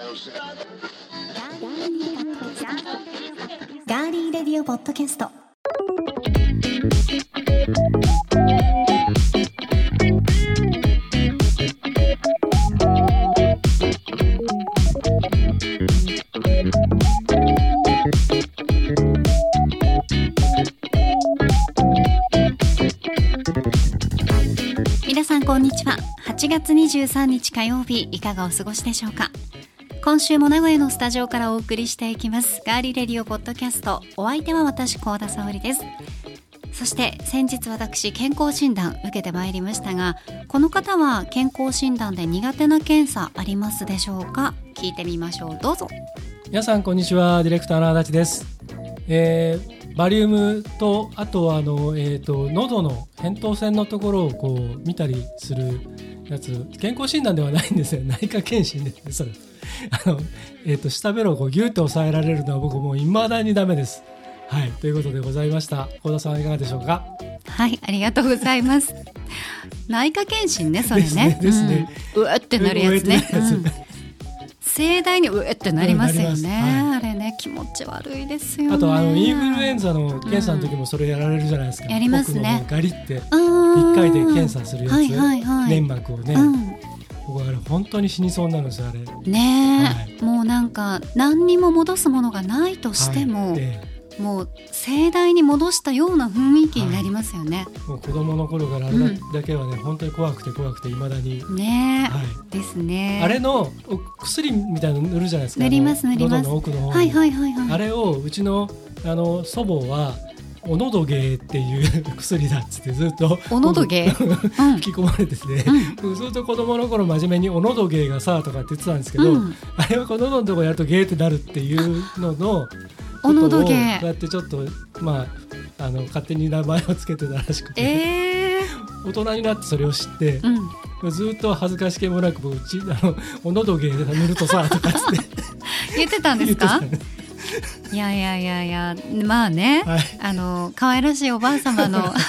ガーリーレディオポッドキャスト。皆さんこんにちは。8月23日火曜日、いかがお過ごしでしょうか。今週も名古屋のスタジオからお送りしていきますガーリーレディオポッドキャスト。お相手は私、幸田沙織です。そして先日私、健康診断受けてまいりましたが、この方は健康診断で苦手な検査ありますでしょうか。聞いてみましょう。どうぞ。 皆さんこんにちは。ディレクターの足立です。バリウムと、あとは喉の扁桃腺のところをこう見たりするやつ、健康診断ではないんですよ。内科検診ですね。それ下ベロをこうギュッと押さえられるのは僕もう未だにダメです。はい、ということでございました。幸田さんはいかがでしょうか。 はい、ありがとうございます。内科検診ね、それね。 ですね。 うわってなるやつね。盛大にうえってなりますよね、はい、あれね、気持ち悪いですよね。 あとインフルエンザの検査の時もそれやられるじゃないですか、 やりますね。 ガリって1回で検査するやつ、 はいはいはい、 粘膜をね、僕あれ本当に死にそうになるんですよ、あれね、 はい、 もうなんか何にも戻すものがないとしても、もう盛大に戻したような雰囲気になりますよね、 もう子供の頃からあれだけはね、本当に怖くて未だにね、 はい、 ですね。 あれの薬みたいなの塗るじゃないですか。 塗ります塗ります。 喉の奥の方に、 はいはいはいはい、 あれをうちの祖母はおのど芸っていう薬だっつってずっとおのど芸吹き込まれてて、ずっと子供の頃真面目におのど芸がさとかって言ってたんですけど、あれはこの喉のところやると芸ってなるっていうののおのど芸こうやってちょっと勝手に名前をつけてたらしくて、大人になってそれを知って、ずっと恥ずかしげもなくおのど芸で塗るとさとかって言ってたんですか。いやまあね、はい、可愛らしいおばあ様の、はい、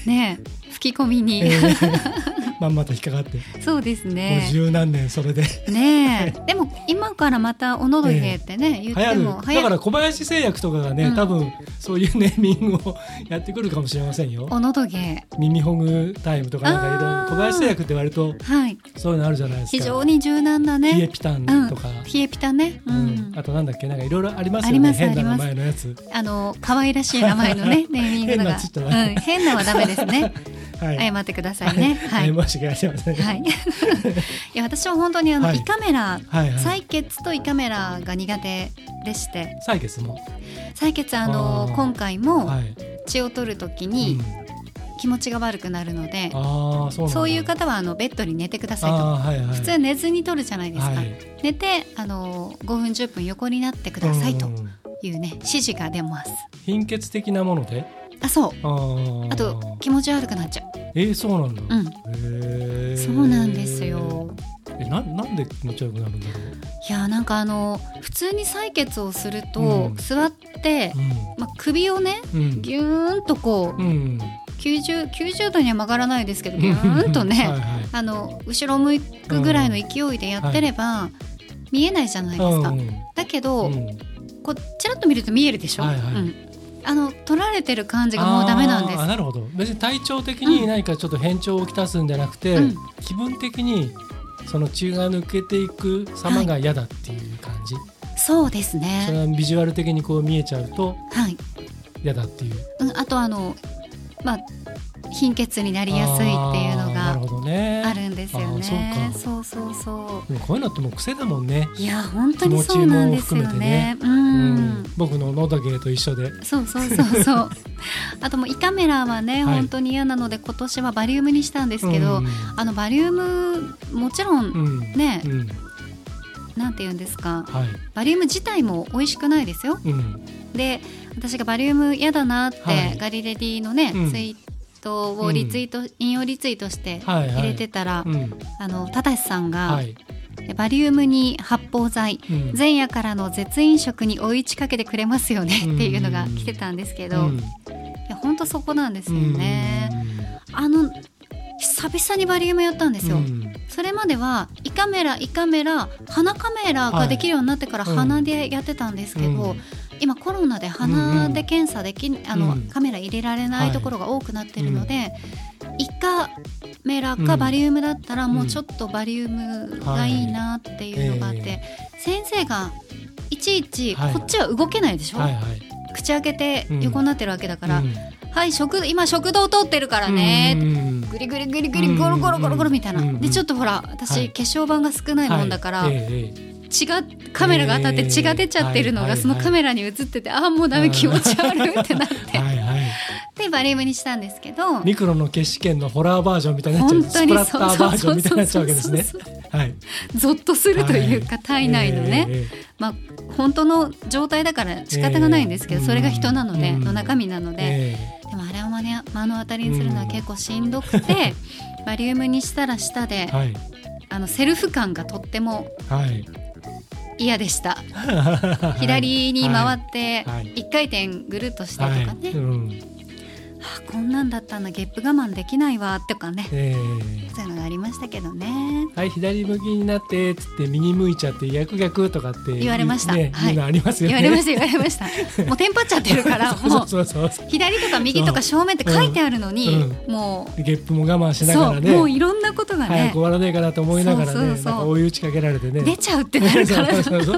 ね、吹き込みに、 まんまと引っかかって、 そうですね、 もう十何年それでねでも今からまたおのど芸ってね、言ってもだから小林製薬とかがね、多分そういうネーミングをやってくるかもしれませんよ。 おのど芸、 耳ほぐタイムとか、なんかいろいろ小林製薬って割とそういうのあるじゃないですか。 非常に柔軟なね、 ピエピタンとか、 ピエピタンね、 あとなんだっけ、なんかいろいろありますよね。変な名前のやつ、 可愛らしい名前のねネーミングのが変なはダメですね。はい、謝ってくださいね。 はい、申し訳ありません。 はい。いや、私は本当に胃カメラ、採血と胃カメラが苦手でして。 採血も。 採血今回も血を取るときに気持ちが悪くなるので、そういう方はベッドに寝てくださいと。普通寝ずに取るじゃないですか。寝て5分10分横になってくださいというね指示が出ます。 貧血的なもので。 そう。あと気持ち悪くなっちゃう。 そうなんだ。 そうなんですよ。 なんで気持ち悪くなるんだろう。 いや、 なんか普通に採血をすると、座って、首をね、ギューンとこう、90度には曲がらないですけど、ギューンとね後ろ向くぐらいの勢いでやってれば、見えないじゃないですか。だけど、こうちらっと見ると見えるでしょ。取られてる感じがもうダメなんです。 なるほど。別に体調的に何かちょっと変調をきたすんじゃなくて、気分的にその血が抜けていく様が嫌だっていう感じ。 そうですね。 それはビジュアル的にこう見えちゃうと嫌だっていう。 あと貧血になりやすいっていうのがあるんですよね。そうでもこういうのってもう癖だもんね。 いや本当にそうなんですよね。 僕ののど芸と一緒で。 そうあともう胃カメラはね、本当に嫌なので今年はバリウムにしたんですけど、バリウムもちろんね、なんて言うんですか、バリウム自体も美味しくないですよ。で、私がバリウム嫌だなって、ガリレディのね、ツイートをリツイート、引用リツイートして入れてたら、ただしさんが、バリウムに発泡剤、前夜からの絶飲食に追い打ちかけてくれますよねっていうのが来てたんですけど、いや本当そこなんですよね。久久々にバリウムやったんですよ、それまでは胃カメラ鼻カメラができるようになってから鼻でやってたんですけど、今コロナで鼻で検査でき、カメラ入れられないところが多くなってるので、胃カメラかバリウムだったらもうちょっとバリウムがいいなっていうのがあって、先生がいちいちこっちは動けないでしょ、口開けて横になってるわけだから、はい、今食道通ってるからね、グリグリグリグリゴロゴロゴロゴロみたいな、でちょっとほら私、化粧板が少ないもんだから、カメラが当たって血が出ちゃってるのがそのカメラに映ってて、ああもうダメ、気持ち悪いってなってでバリウムにしたんですけど、 ミクロの決死剣のホラーバージョンみたいになっちゃう、スプラッターバージョンみたいになっちゃうわけですね。 ゾッとするというか、体内のね、本当の状態だから仕方がないんですけど、それが人なので、の中身なので、でもあれを目の当たりにするのは結構しんどくて、バリウムにしたら下で、セルフ感がとっても嫌でした。左に回って1回転ぐるっとしてとかね、こんなんだったんだ、ゲップ我慢できないわとかね、そういうのがありましたけどね。 はい、左向きになってつって右向いちゃって逆逆とかって言われました、 いうのありますよね。 言われましたもうテンパっちゃってるからもう左とか右とか正面って書いてあるのに、もうゲップも我慢しながらね、 もういろんなことがね早く終わらないかなと思いながらね、なんか追い打ちかけられてね、 出ちゃうってなるから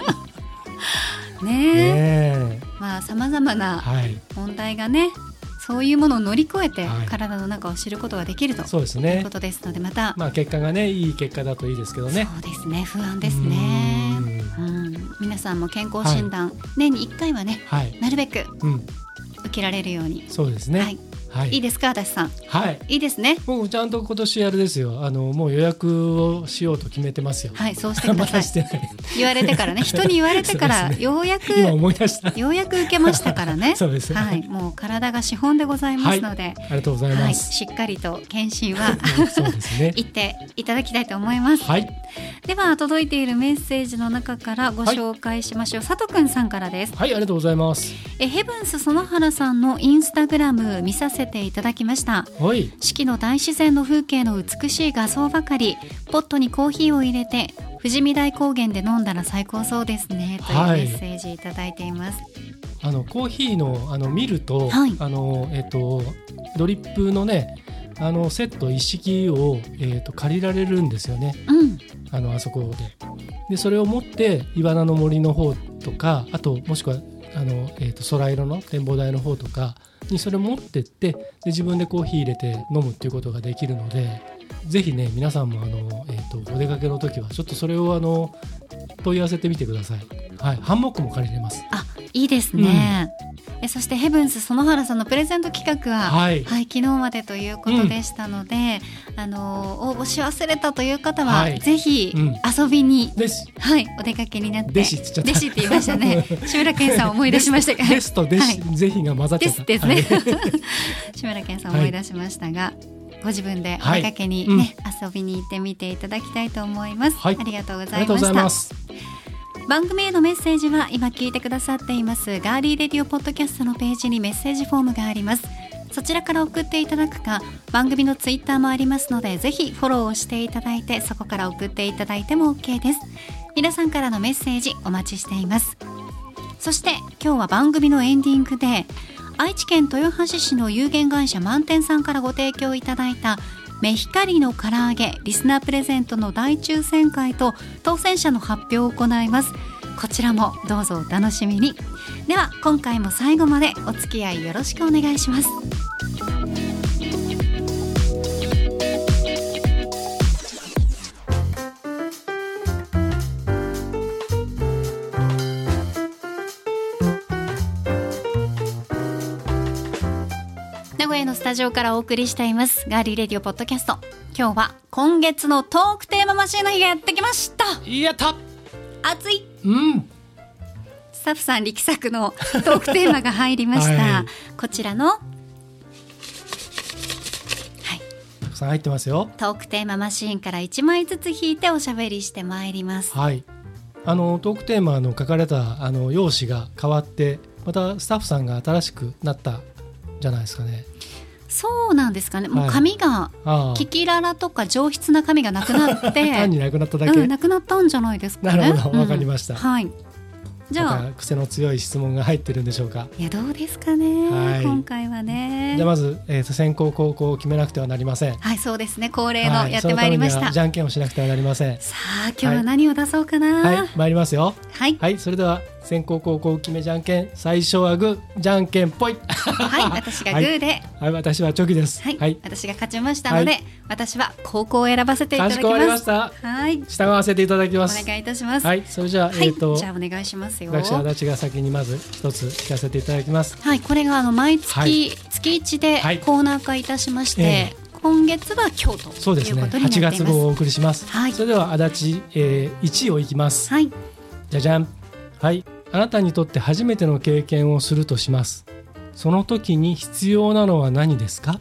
ね。さまざまな問題がね、そういうものを乗り越えて体の中を知ることができるということですので、また結果がね、いい結果だといいですけどね。 そうですね、不安ですね。皆さんも健康診断、年に1回はね、なるべく受けられるように。 そうですね。 いいですか、足立さん。いいですね。 僕ちゃんと今年あれですよ、もう予約をしようと決めてますよ。 はい、そうしてください。言われてからね、人に言われてからようやく今思い出した。 ようやく受けましたからね。 そうです。 はい、もう体が資本でございますので、 ありがとうございます。 しっかりと検診はそうですね。 行っていただきたいと思います。では届いているメッセージの中からご紹介しましょう。佐藤くんさんからです。 はい、ありがとうございます。 ヘブンス園原さんのインスタグラム見させていただきました。四季の大自然の風景の美しい画像ばかり。ポットにコーヒーを入れて富士見台高原で飲んだら最高そうですね、というメッセージいただいています。 コーヒーの見ると、ドリップのね、セット一式を、借りられるんですよね、あそこで。それを持ってイワナの森の方とか、あともしくは空色の展望台の方とかにそれを持ってってで自分でコーヒー入れて飲むっていうことができるので、ぜひね皆さんもお出かけの時はちょっとそれを問い合わせてみてください。ハンモックも借りれます。 いいですね。そしてヘブンス園原さんのプレゼント企画は、昨日までということでしたので、応募し忘れたという方は、ぜひ遊びに、お出かけになって、弟子って言いましたね。志村けんさんを思い出しましたが、 ですと弟子、ぜひが混ざっちゃった。 ですね。志村けんさんを思い出しましたが、ご自分でお出かけにね、遊びに行ってみていただきたいと思います。ありがとうございました。番組へのメッセージは今聞いてくださっていますガーリーレディオポッドキャストのページにメッセージフォームがあります。そちらから送っていただくか、番組のツイッターもありますので、ぜひフォローをしていただいて、そこから送っていただいても OK です。皆さんからのメッセージお待ちしています。そして今日は番組のエンディングで、愛知県豊橋市の有限会社満点さんからご提供いただいたメヒカリの唐揚げリスナープレゼントの大抽選会と当選者の発表を行います。こちらもどうぞお楽しみに。では今回も最後までお付き合いよろしくお願いします。名古屋のスタジオからお送りしていますガーリーレディオポッドキャスト。今日は今月のトークテーママシンの日がやってきました。 やった。 暑い。スタッフさん力作のトークテーマが入りました。こちらのたくさん入ってますよ。 トークテーママシーンから1枚ずつ引いておしゃべりしてまいります。 トークテーマの書かれた用紙が変わって、またスタッフさんが新しくなったじゃないですかね。 そうなんですかね。もう髪がキキララとか上質な髪がなくなって単になくなっただけ、 なくなったんじゃないですかね。 なるほど、わかりました、 はい。じゃあ癖の強い質問が入ってるんでしょうか。 いや、どうですかね、はい、今回はね。 じゃあまず、先攻後攻を決めなくてはなりません。 はい、そうですね、恒例のやってまいりました、 そのためにはじゃんけんをしなくてはなりません。 さあ今日は何を出そうかな。 はい、参りますよ。 はい、 はい、それでは先攻後攻決めじゃんけん、最初はグー、じゃんけんぽいはい、私がグーで、 はい、私はチョキです。 はい、はい、私が勝ちましたので、はい、私は後攻を選ばせていただきます。 かしこまりました。 はい、 従わせていただきます。 お願いいたします。 はい、それじゃあ、 はい、じゃあお願いしますよ。 私足立が先にまず一つ聞かせていただきます。 はい、これが毎月、はい、月1でコーナー化いたしまして、今月は京都ということになっています。 8月号をお送りします。 はい、 それでは足立、1位をいきます。 はい、 じゃじゃん。はい、あなたにとって初めての経験をするとします。その時に必要なのは何ですか？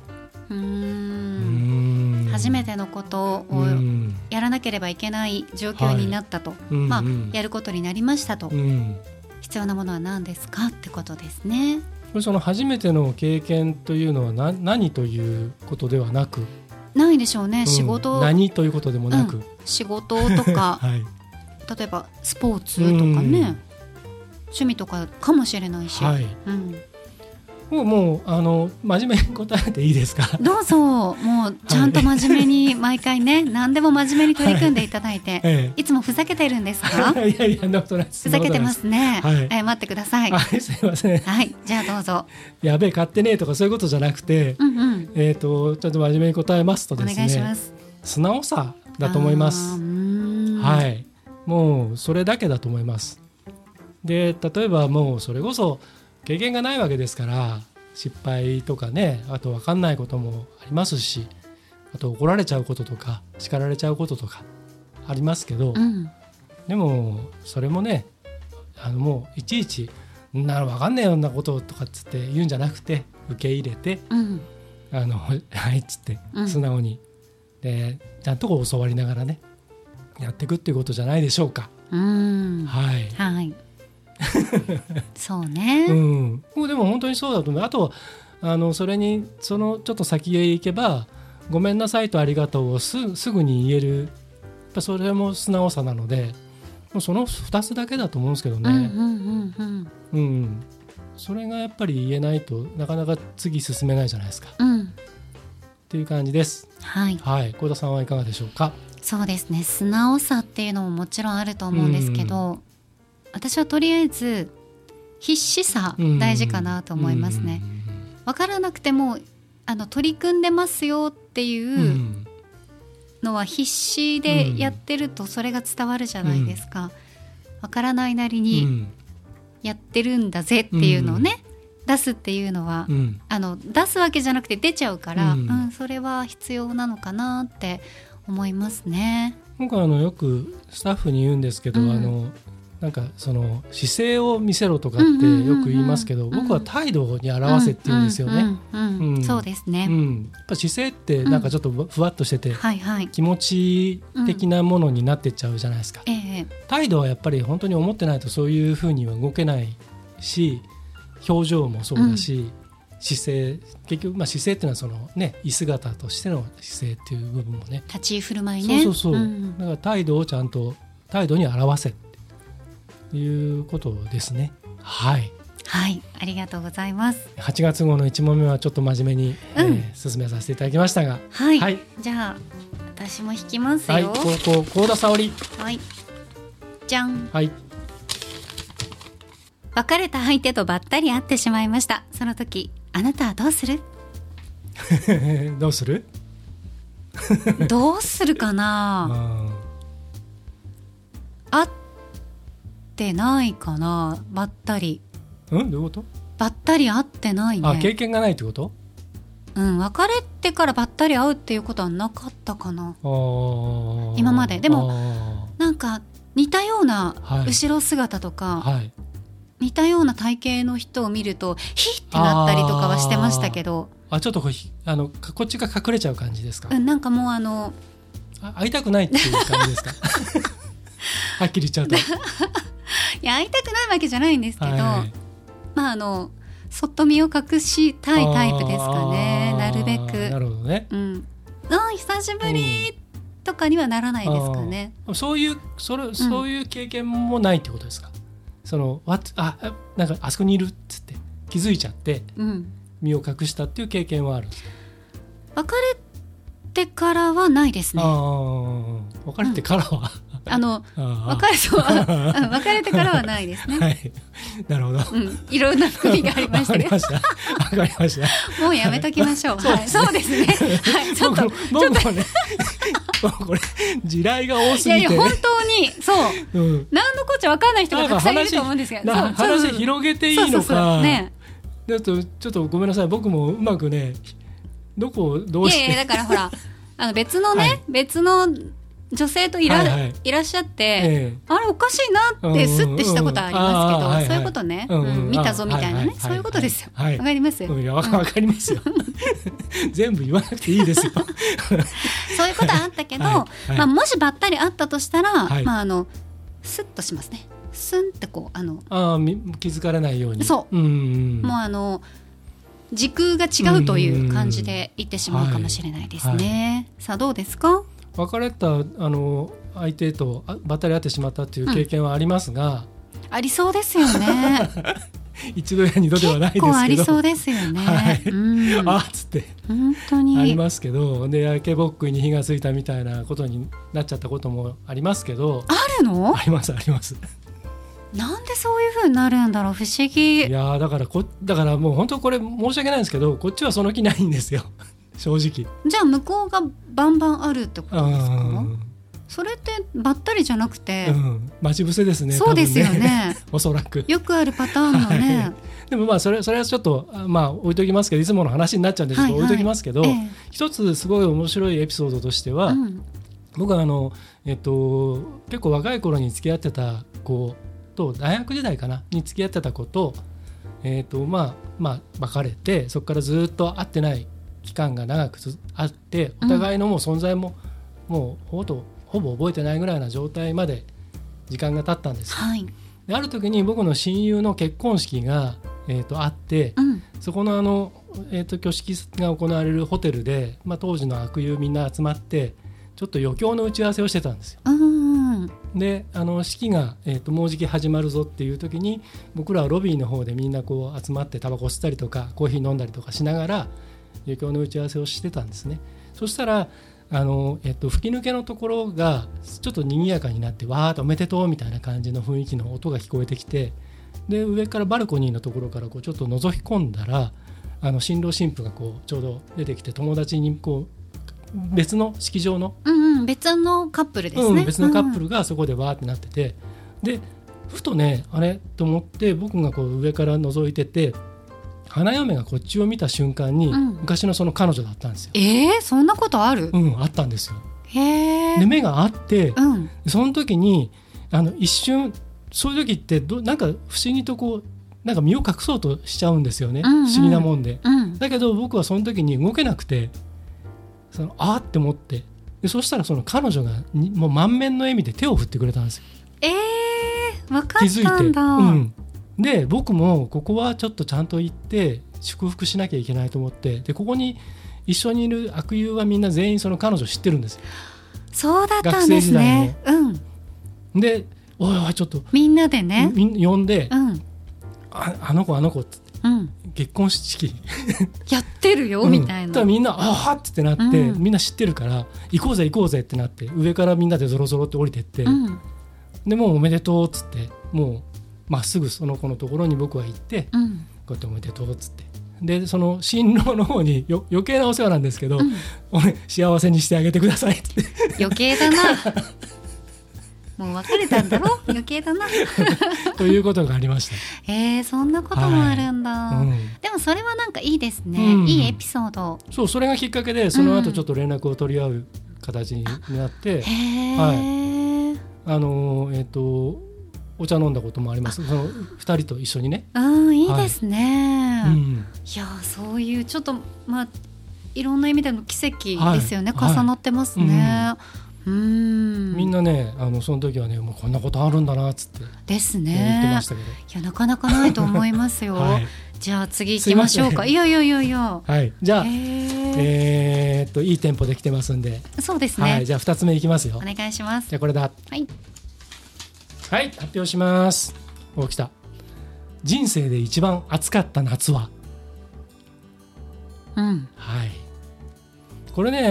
初めてのことをやらなければいけない状況になったと、はい、やることになりましたと、必要なものは何ですかってことですね。 その初めての経験というのは何ということではなく、 ないでしょうね、仕事、 何ということでもなく、 仕事とか、はい、例えばスポーツとかね、趣味とかかもしれないし、はい、 もう真面目に答えていいですか？どうぞ。もうちゃんと真面目に毎回ね、何でも真面目に取り組んでいただいて、いつもふざけてるんですか？ いやいや、 ふざけてますね。はい、待ってください。 はい、すいません。 はい、じゃあどうぞ。 やべえ、買ってねえとかそういうことじゃなくて、ちょっと真面目に答えますとですね、お願いします。素直さだと思います。はい、もうそれだけだと思います。で、例えばもうそれこそ経験がないわけですから、失敗とかね、あと分かんないこともありますし、あと怒られちゃうこととか叱られちゃうこととかありますけど、でもそれもね、もういちいち分かんないようなこととかっつって言うんじゃなくて、受け入れて、はいっつって素直に、でちゃんと教わりながらねやっていくっていうことじゃないでしょうか。はい、 はい、そうね、 でも本当にそうだと思う。あとそれにちょっと先へ行けば、ごめんなさいとありがとうをすぐに言える、やっぱそれも素直さなので、もうその2つだけだと思うんですけどね。それがやっぱり言えないとなかなか次進めないじゃないですか、っていう感じです。はい、はい、幸田さんはいかがでしょうか？ そうですね、素直さっていうのももちろんあると思うんですけど、私はとりあえず必死さ大事かなと思いますね。分からなくても取り組んでますよっていうのは必死でやってるとそれが伝わるじゃないですか。分からないなりにやってるんだぜっていうのをね、出すっていうのは、出すわけじゃなくて出ちゃうから、それは必要なのかなって思いますね。 僕はよくスタッフに言うんですけど、なんかその姿勢を見せろとかってよく言いますけど、僕は態度に表せって言うんですよね。 そうですね、 やっぱ姿勢ってなんかちょっとふわっとしてて、気持ち的なものになってっちゃうじゃないですか。態度はやっぱり本当に思ってないとそういうふうには動けないし、表情もそうだし、姿勢、結局姿勢っていうのはそのね、居姿としての姿勢っていう部分もね、 立ち居振る舞いね、 だから態度をちゃんと態度に表せということですね。はい、 はい、ありがとうございます。 8月号の1問目はちょっと真面目に、進めさせていただきましたが、 はい、じゃあ私も引きますよ。はい、 幸田沙織。 はい、じゃん。 はい、 別れた相手とばったり会ってしまいました。その時あなたはどうする？ どうする？ どうするかな。会ってないかな、ばったり。 どういうこと？ ばったり会ってないね。 経験がないってこと？ 別れてからばったり会うっていうことはなかったかな、今まで。でもなんか似たような後ろ姿とか、似たような体型の人を見るとヒッってなったりとかはしてましたけど、 ちょっとこっちが隠れちゃう感じですか？ なんかもう会いたくないっていう感じですか？はっきり言っちゃうと。 いや、会いたくないわけじゃないんですけど、 そっと身を隠したいタイプですかね、なるべく。 なるほどね、 久しぶりとかにはならないですかね。 そういう経験もないってことですか。なんかあそこにいるっつって気づいちゃって、身を隠したっていう経験はあるんですか。 別れてからはないですね。 別れてからは、 別れてからはないですね。 はい、なるほど、 いろんな含みがありましたね。 わかりました。 もうやめときましょう。はい、そうですね。はい、ちょっと僕もねこれ地雷が多すぎて、 いや本当にそう、何のこっちゃ分かんない人がたくさんいると思うんですけど、 話広げていいのかだとちょっとごめんなさい。僕もうまくね、どうして。 だからほら別のね、別の女性といらっしゃって、あれおかしいなってスッてしたことはありますけど、そういうことね、見たぞみたいなね、そういうことですよ。わかりますよ。 わかりますよ。全部言わなくていいですよ。 そういうことはあったけど、もしばったりあったとしたら、スッとしますね。スンってこう気づかれないように。 そう。もう時空が違うという感じで言ってしまうかもしれないですね。さあどうですか。 別れた相手とばったり会ってしまったという経験はありますが、 ありそうですよね。 一度や二度ではないですけど、 結構ありそうですよね。 あっつって本当にありますけど、で焼けぼっくいに火がついたみたいなことになっちゃったこともありますけど。 あるの？ あります。 なんでそういう風になるんだろう、不思議。 いやだからもう本当これ申し訳ないんですけど、こっちはその気ないんですよ。正直。 じゃあ向こうがバンバンあるってことですか。それってばったりじゃなくて、 待ち伏せですね。 そうですよね。 おそらくよくあるパターンのね。 でもそれはちょっと置いときますけど、いつもの話になっちゃうんでちょっと置いときますけど、一つすごい面白いエピソードとしては、僕は結構若い頃に付き合ってた子と、大学時代かなに付き合ってた子と、別れて、そこからずっと会ってない期間が長くあって、お互いのもう存在ももうほぼ覚えてないぐらいな状態まで時間が経ったんですよ。である時に僕の親友の結婚式が、あって、そこの挙式が行われるホテルで、当時の悪友みんな集まってちょっと余興の打ち合わせをしてたんですよ。で式が、もうじき始まるぞっていう時に、僕らはロビーの方でみんなこう集まってタバコ吸ったりとかコーヒー飲んだりとかしながら余興の打ち合わせをしてたんですね。そしたら吹き抜けのところがちょっと賑やかになって、わーっとおめでとうみたいな感じの雰囲気の音が聞こえてきて、で上からバルコニーのところからこうちょっと覗き込んだら、新郎新婦がこうちょうど出てきて、友達にこう別の式場の、 別のカップルですね。 別のカップルがそこでわーってなってて、でふとね、あれと思って僕がこう上から覗いてて、花嫁がこっちを見た瞬間に、昔のその彼女だったんですよ。 そんなことある？ あったんですよ。 で目があって、その時に一瞬、そういう時ってなんか不思議とこうなんか身を隠そうとしちゃうんですよね、不思議なもんで、だけど僕はその時に動けなくて、あーって思って、でそしたらその彼女がもう満面の笑みで手を振ってくれたんですよ。 分かったんだ。 で僕もここはちょっとちゃんと行って祝福しなきゃいけないと思って、でここに一緒にいる悪友はみんな全員その彼女知ってるんですよ。 そうだったんですね。 でおいおいちょっとみんなでね呼んで、あの子って、結婚式やってるよみたいな。 みんなあーってなって、みんな知ってるから行こうぜってなって、上からみんなでゾロゾロって降りてって、でもうおめでとうっつって、もうまっすぐその子のところに僕は行って、こうやっておめでとうっつって、でその新郎の方に余計なお世話なんですけど、幸せにしてあげてくださいって余計だなもう別れたんだろ余計だなということがありました。 そんなこともあるんだ、でもそれはなんかいいですね、いいエピソード。 そう、それがきっかけでその後ちょっと連絡を取り合う形になって、お茶飲んだこともあります。その2人と一緒にね。 いいですね、いやそういうちょっといろんな意味での奇跡ですよね、重なってますね。 みんなねその時はねもうこんなことあるんだなっつってですね、 言ってましたけど、 いやなかなかないと思いますよ、はい、じゃあ次行きましょうか。いや、 はい、じゃあ、いいテンポできてますんで、 そうですね、 はい、じゃあ2つ目いきますよ。 お願いします。 じゃあこれだ。 はい、 はい、発表します。来た。人生で一番暑かった夏は、はい、これね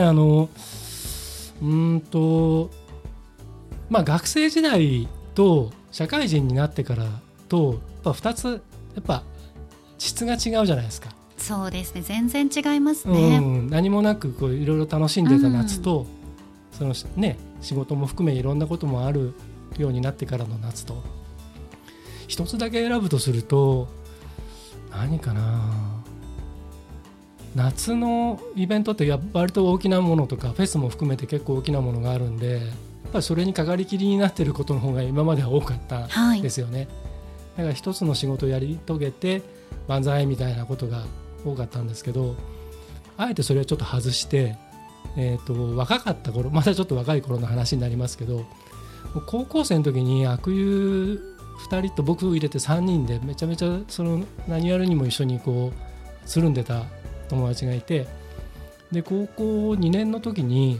学生時代と社会人になってからとやっぱ2つやっぱ質が違うじゃないですか。 そうですね、全然違いますね、 何もなくいろいろ楽しんでた夏と、そのね、仕事も含めいろんなこともあるようになってからの夏と、一つだけ選ぶとすると何かな。夏のイベントって割と大きなものとかフェスも含めて結構大きなものがあるんで、やっぱりそれにかかりきりになっていることの方が今までは多かったですよね、だから一つの仕事をやり遂げて万歳みたいなことが多かったんですけど、あえてそれをちょっと外して、若かった頃、またちょっと若い頃の話になりますけど、高校生の時に悪友2人と僕を入れて3人でめちゃめちゃその何やるにも一緒につるんでた友達がいて、で高校2年の時に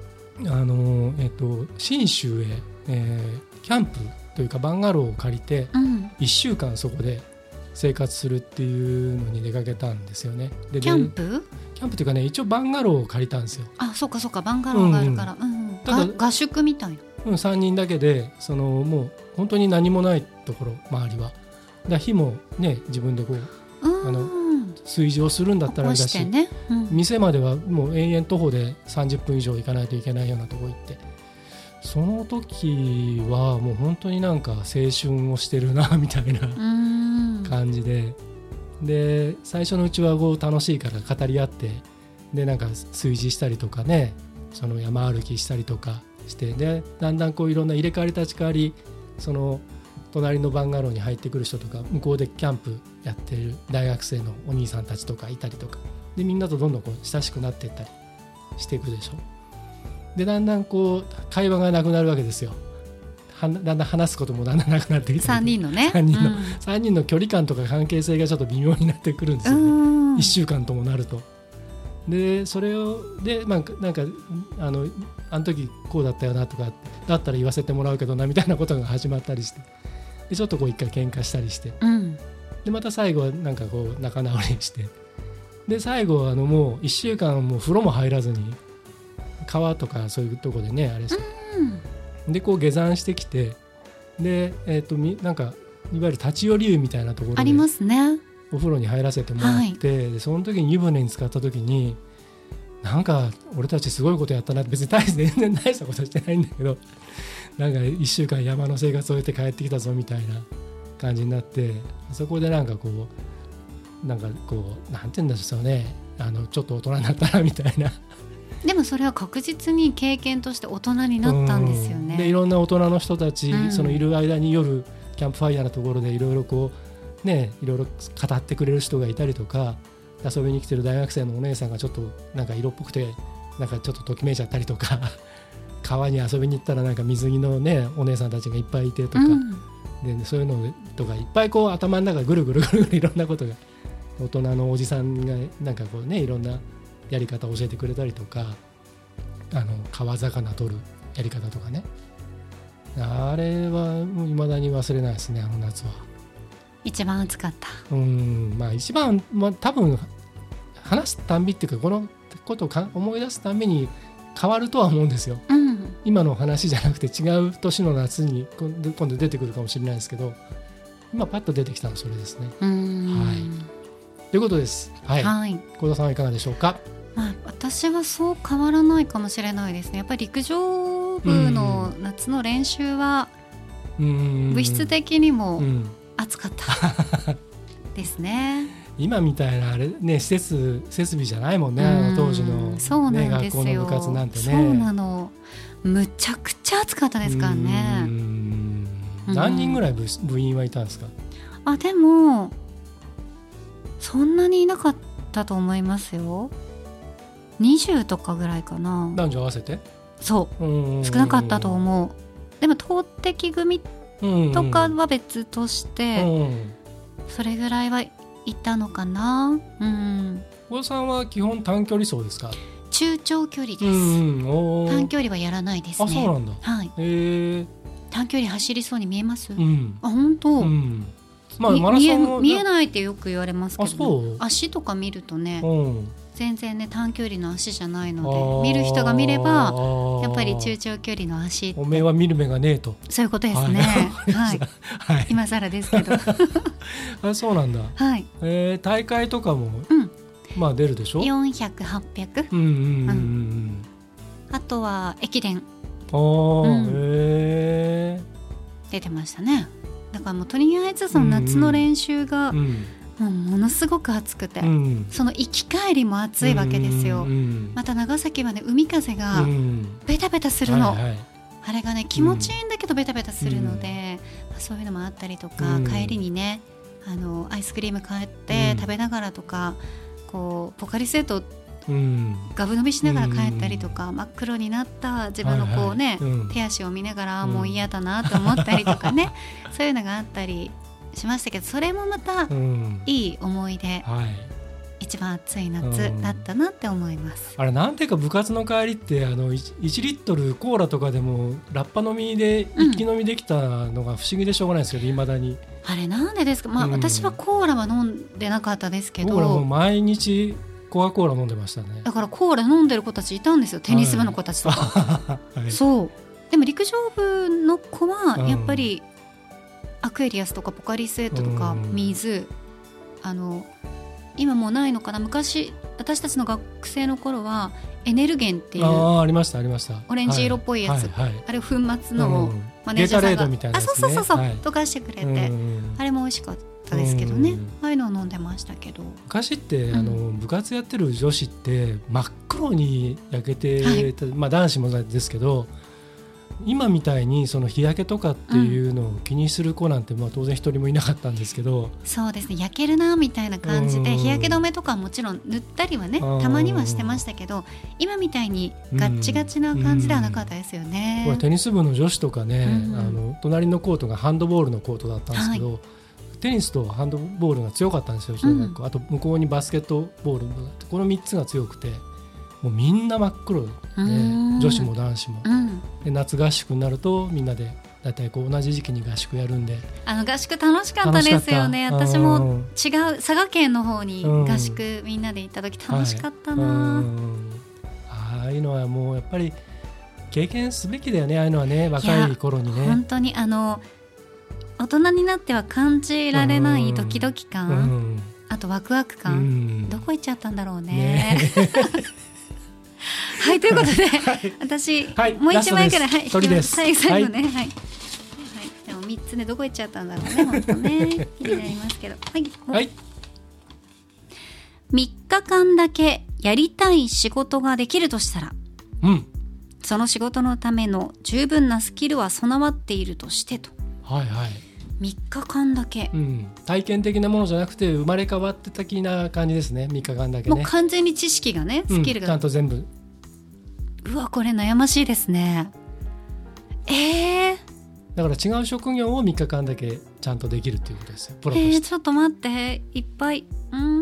信州へ、キャンプというかバンガローを借りて1週間そこで生活するっていうのに出かけたんですよね。でキャンプというかね、一応バンガローを借りたんですよ。 あ、そうかそうか、バンガローがあるから、ただ合宿みたいな、 3人だけでもう本当に何もないところ、周りはだ火もね自分で炊事をするんだったらあれだし、ね、店まではもう延々徒歩で30分以上行かないといけないようなとこ行って、その時はもう本当になんか青春をしてるなみたいな感じで、で最初のうちは楽しいから語り合って、でなんか炊事したりとかね、その山歩きしたりとかして、でだんだんいろんな入れ替わり立ち替わり、その隣のバンガローに入ってくる人とか、向こうでキャンプやってる大学生のお兄さんたちとかいたりとかで、みんなとどんどん親しくなっていったりしていくでしょ。でだんだん会話がなくなるわけですよ。だんだん話すこともだんだんなくなってきて、3人のね、3人の距離感とか関係性がちょっと微妙になってくるんですよね、1週間ともなると。でそれをなんかあの時こうだったよなとか、だったら言わせてもらうけどなみたいなことが始まったりして、でちょっと一回喧嘩したりして、でまた最後はなんか仲直りして、で最後はもう1週間もう風呂も入らずに川とかそういうとこでねあれして、で下山してきて、でなんかいわゆる立ち寄り湯みたいなところでありますね、お風呂に入らせてもらって、でその時に湯船に浸かった時に、なんか俺たちすごいことやったなって、別に全然大したことしてないんだけど、なんか1週間山の生活を終えて帰ってきたぞみたいな感じになって、そこでなんかなんて言うんでしょうね、ちょっと大人になったなみたいな。 でもそれは確実に経験として大人になったんですよね。 でいろんな大人の人たち、そのいる間に夜キャンプファイヤーのところでいろいろいろいろ語ってくれる人がいたりとか、遊びに来てる大学生のお姉さんがちょっとなんか色っぽくてなんかちょっとときめいちゃったりとか川に遊びに行ったらなんか水着のねお姉さんたちがいっぱいいてとか、でそういうのとかいっぱい頭の中ぐるぐるいろんなことが、大人のおじさんがなんかいろんなやり方を教えてくれたりとか、川魚取るやり方とかね、あれはもう未だに忘れないですね、夏は。 一番暑かった。 一番、多分話すたんびっていうか、このことを思い出すたんびに変わるとは思うんですよ、今の話じゃなくて違う年の夏に今度出てくるかもしれないですけど、今パッと出てきたのはそれですね。ということです。幸田さんはいかがでしょうか。 私はそう変わらないかもしれないですね。やっぱり陸上部の夏の練習は物質的にも暑かったですね。 今みたいなあれ、ね、設備じゃないもんね、当時の、ね、学校の部活なんてね。 そうなの、むちゃくちゃ暑かったですからね。 何人ぐらい部員はいたんですか。 でもそんなにいなかったと思いますよ。20とかぐらいかな。 男女合わせてそう少なかったと思う。でも投擲組とかは別として、それぐらいはいたのかな。 小田さんは基本短距離走ですか？ 中長距離です。短距離はやらないですね。 あ、そうなんだ。 はい。短距離走りそうに見えます？あ、本当。まあ、マラソン見えないってよく言われますけど、足とか見るとね、全然ね短距離の足じゃないので、見る人が見ればやっぱり中長距離の足って。 おめえは見る目がねえと。 そういうことですね。はい。今更ですけど。 あ、そうなんだ。 はい。 大会とかも、まあ出るでしょ。 400、800。あとは駅伝。出てましたね。だからもうとりあえずその夏の練習がもうものすごく暑くて、その行き帰りも暑いわけですよ。また長崎はね海風がベタベタするの、あれがね気持ちいいんだけどベタベタするので、そういうのもあったりとか、帰りにねアイスクリーム買って食べながらとか、こうポカリスエットガブ飲みしながら帰ったりとか、真っ黒になった自分のこうね、手足を見ながらもう嫌だなと思ったりとかね、そういうのがあったりしましたけど、それもまたいい思い出、一番暑い夏だったなって思います。 あれなんていうか部活の帰りって1リットルコーラとかでもラッパ飲みで一気飲みできたのが不思議でしょうがないですけど、未だにあれなんでですか。まあ、私はコーラは飲んでなかったですけど、 コーラも毎日コカ・コーラ飲んでましたね。 だからコーラ飲んでる子たちいたんですよ、テニス部の子たちとか、そうでも陸上部の子はやっぱりアクエリアスとかポカリスエットとか水、今もうないのかな。昔私たちの学生の頃はエネルゲンっていうありましたありましたオレンジ色っぽいやつ、あれ粉末のマネージャーさんがゲータレードみたいなやつね、そう溶かしてくれて、あれも美味しかったですけどね、ああいうのを飲んでましたけど。 昔って部活やってる女子って真っ黒に焼けて、まあ男子もですけど、今みたいにその日焼けとかっていうのを気にする子なんてまあ当然一人もいなかったんですけど、 そうですね、焼けるなみたいな感じで日焼け止めとかはもちろん塗ったりはねたまにはしてましたけど、今みたいにガッチガチな感じではなかったですよね。 これテニス部の女子とかね、隣のコートがハンドボールのコートだったんですけど、テニスとハンドボールが強かったんですよ、あと向こうにバスケットボールもこの3つが強くて、もうみんな真っ黒で、女子も男子も、で夏合宿になるとみんなでだいたいこう同じ時期に合宿やるんで、 合宿楽しかったですよね。私も違う佐賀県の方に合宿みんなで行った時楽しかったな、 ああいうのはもうやっぱり経験すべきだよね、ああいうのはね、若い頃にね。 本当に大人になっては感じられないドキドキ感、あとワクワク感、どこ行っちゃったんだろうね。はい、ということで、私、もう1枚くらい、最後ね、でも3つね、どこ行っちゃったんだろうね、本当ね、気になりますけど、3日間だけやりたい仕事ができるとしたら、その仕事のための十分なスキルは備わっているとしてと。3日間だけ、 体験的なものじゃなくて生まれ変わって的な感じですね。3日間だけね、 もう完全に知識がね、スキルが、 ちゃんと全部。 うわ、これ悩ましいですね。 だから違う職業を3日間だけちゃんとできるっていうことですよ、プロとして。 ちょっと待って、いっぱい、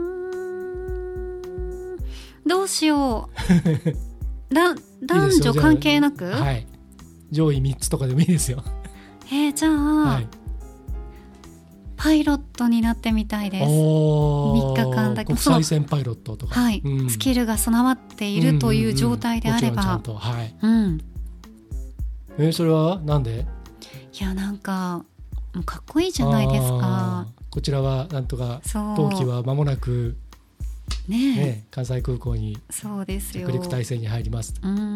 どうしよう。男女関係なく、 上位3つとかでもいいですよ。 じゃあ、パイロットになってみたいです。3日間だけ国際線パイロットとか、 スキルが備わっているという状態であれば、 それはなんで？ いや、なんかもうかっこいいじゃないですか。 こちらはなんとか冬季は間もなく関西空港に着陸態勢に入ります。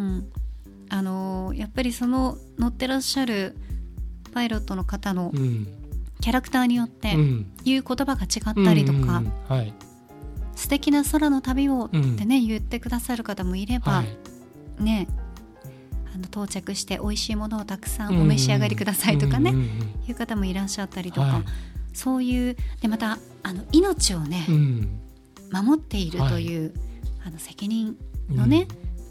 やっぱりその乗ってらっしゃるパイロットの方のキャラクターによって言う言葉が違ったりとか、素敵な空の旅をってね、言ってくださる方もいれば、到着して美味しいものをたくさんお召し上がりくださいとかね、いう方もいらっしゃったりとか、そういうでまた命をね、守っているという責任のね、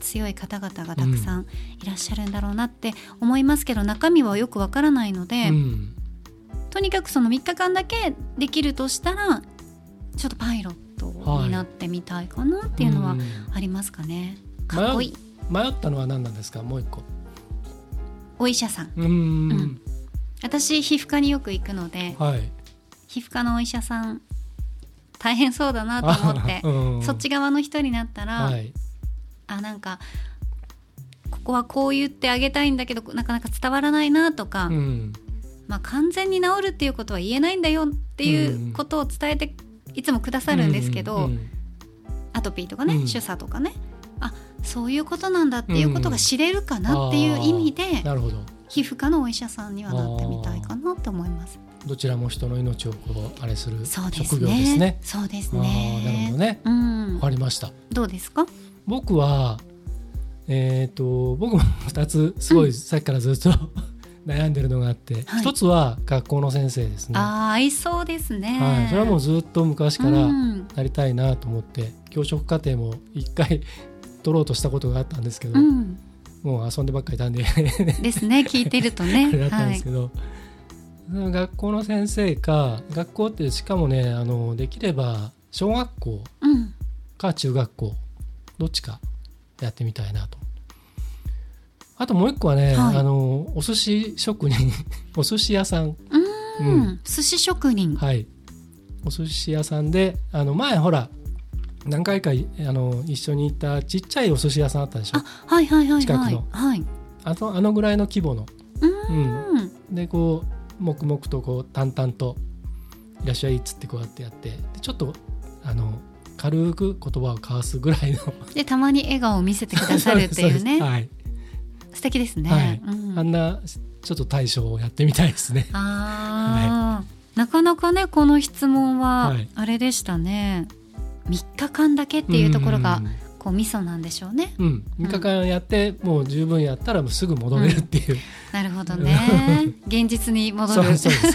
強い方々がたくさんいらっしゃるんだろうなって思いますけど、中身はよくわからないので、とにかくその3日間だけできるとしたらちょっとパイロットになってみたいかなっていうのはありますかね。かっこいい。 迷ったのは何なんですか？もう一個。 お医者さん。私皮膚科によく行くので、皮膚科のお医者さん大変そうだなと思って、そっち側の人になったら、なんかここはこう言ってあげたいんだけどなかなか伝わらないなとか、完全に治るっていうことは言えないんだよっていうことを伝えていつもくださるんですけど、アトピーとかね、主査とかね、そういうことなんだっていうことが知れるかなっていう意味で、 なるほど、 皮膚科のお医者さんにはなってみたいかなと思います。 どちらも人の命をあれする職業ですね。 そうですね。 なるほどね。わかりました。 どうですか？ 僕は僕も2つすごいさっきからずっと悩んでるのがあって、一つは学校の先生ですね。 合いそうですね。 それはもうずっと昔からなりたいなと思って、教職課程も1回取ろうとしたことがあったんですけど、もう遊んでばっかりいたんでですね、聞いてるとねあれだったんですけど、学校の先生か、学校ってしかもね、できれば小学校か中学校、どっちかやってみたいなと。あともう一個はね、お寿司職人お寿司屋さん、寿司職人、お寿司屋さんで、前ほら何回か一緒に行ったちっちゃいお寿司屋さんあったでしょ。近くの、あのぐらいの規模の、でこう黙々とこう淡々といらっしゃいっつってこうやってやって、でちょっと軽く言葉を交わすぐらいのでたまに笑顔を見せてくださるっていうね素敵ですね。 あんなちょっと大将をやってみたいですね。 なかなかね、この質問はあれでしたね。3日間だけっていうところがこうミソなんでしょうね。3 日間やってもう十分やったらもうすぐ戻れるっていう、 なるほどね。現実に戻る。 そうです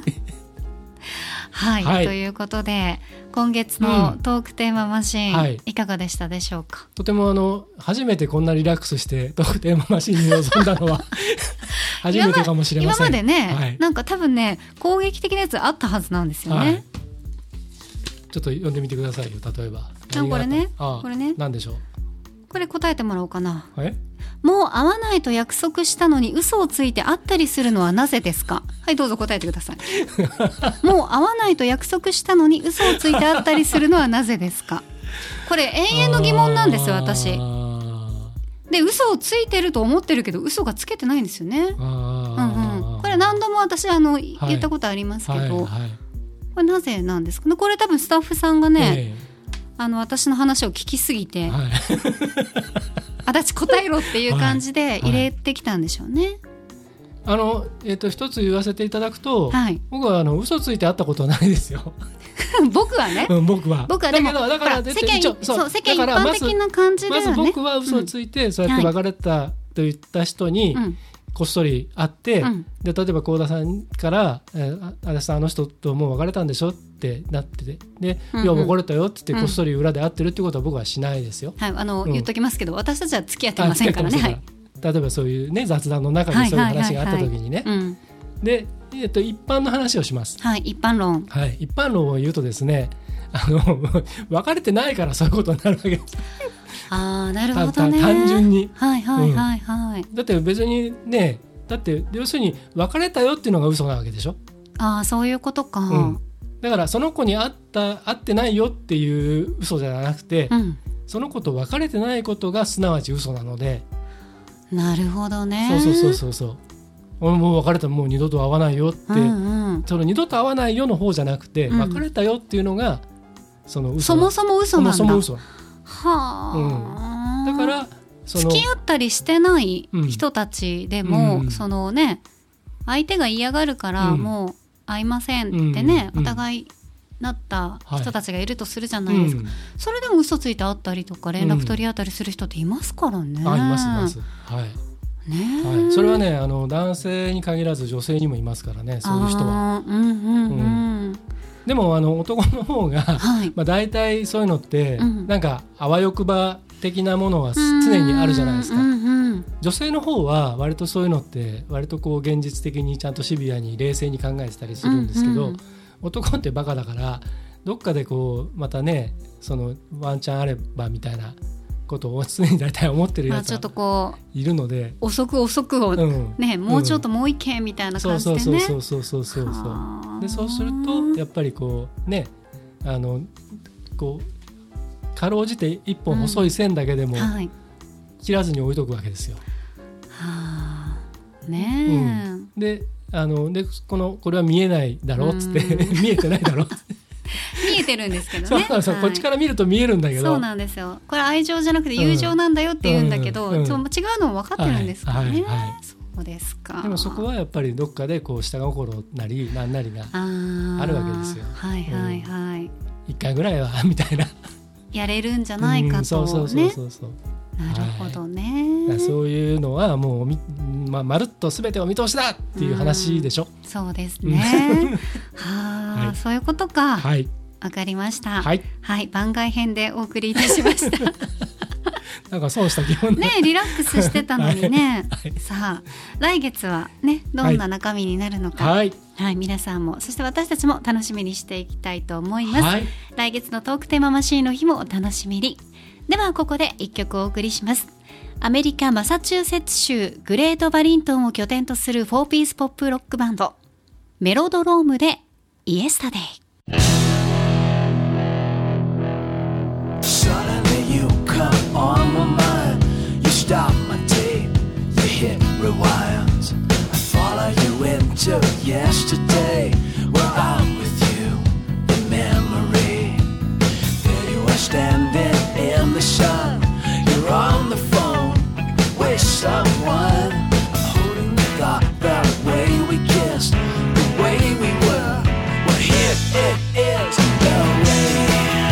ということで今月のトークテーママシーン、いかがでしたでしょうか？ とても初めてこんなリラックスしてトークテーママシーンに臨んだのは初めてかもしれません。 今までね、なんか多分ね攻撃的なやつあったはずなんですよね。 ちょっと読んでみてくださいよ。例えばこれね、 何でしょう？ これ答えてもらおうかな。もう会わないと約束したのに嘘をついて会ったりするのはなぜですか？どうぞ答えてください。もう会わないと約束したのに嘘をついて会ったりするのはなぜですか？これ永遠の疑問なんですよ、私。で、嘘をついてると思ってるけど嘘がつけてないんですよね。これ何度も私言ったことありますけど、これなぜなんですかね？これ多分スタッフさんがね、私の話を聞きすぎて、足立答えろっていう感じで入れてきたんでしょうね。 一つ言わせていただくと、僕は嘘ついて会ったことはないですよ。 僕はね、 僕はでもだから世間一般的な感じだよね。 まず僕は嘘をついて、そうやって別れたと言った人にこっそり会って、で例えば幸田さんから足立さんあの人ともう別れたんでしょってなってて、でいや別れたよって言ってこっそり裏で会ってるってことは僕はしないですよ。 言っときますけど、私たちは付き合ってませんからね。 例えばそういうね雑談の中でそういう話があった時にね、で一般の話をします。 一般論。 一般論を言うとですね、別れてないからそういうことになるわけです。 なるほどね。 単純に。 だって別にね、だって要するに別れたよっていうのが嘘なわけでしょ。 そういうことか。 だからその子に会ってないよっていう嘘じゃなくて、その子と別れてないことがすなわち嘘なので。 なるほどね。 そう俺もう別れたらもう二度と会わないよって、その二度と会わないよの方じゃなくて、別れたよっていうのがその嘘。 そもそも嘘なんだ。 そもそも嘘。 だから付き合ったりしてない人たちでも、そのね、相手が嫌がるからもう会いませんってね、お互いなった人たちがいるとするじゃないですか。それでも嘘ついて会ったりとか連絡取り合ったりする人っていますからね。 います。それはね、男性に限らず女性にもいますからね、そういう人は。でも男の方が、大体そういうのって、なんかあわよくば的なものは常にあるじゃないですか。 うんうんうん、 女性の方は割とそういうのって割とこう現実的にちゃんとシビアに冷静に考えてたりするんですけど、うんうん、男ってバカだからどっかでこうまたねそのワンチャンあればみたいなことを常に大体思ってるやつがいるので、 遅くをね、もうちょっともう一件みたいな感じでね、 そうでそうするとやっぱりこうねこうかろうじて一本細い線だけでも切らずに置いとくわけですよ。 はあねえ、でこれは見えないだろうっつって見えてないだろうって見えてるんですけどね。 そう、こっちから見ると見えるんだけど、 そうなんですよ。これ愛情じゃなくて友情なんだよって言うんだけど、違うのも分かってるんですからね、そうですか。 でもそこはやっぱりどっかでこう下心なり何なりがあるわけですよ。 はいはいはい、 一回ぐらいはみたいなやれるんじゃないかとね。なるほどね、 はい、そういうのはもうまるっと全てお見通しだっていう話でしょ。 そうですねは、はい、そういうことか。 はい、 わかりました。 はい、 はい、番外編でお送りいたしましたなんか損した気分ね、リラックスしてたのにね、 はいはい、さあ来月はねどんな中身になるのか、 はいはい、皆さんもそして私たちも楽しみにしていきたいと思います、 はい、 来月のトークテーママシーンの日もお楽しみに。ではここで一曲お送りします。アメリカマサチューセッツ州グレートバリントンを拠点とする4ピースポップロックバンドメロドロームでイエスタデイ。 Suddenly you come on my mind. You stop my tape, you hit rewind. I follow you into yesterday, where I'm with you in memory. There you are standing in the sun. You're on the phone with someone. I'm holding the thought the way we kissed, the way we were. Well, here it is, the way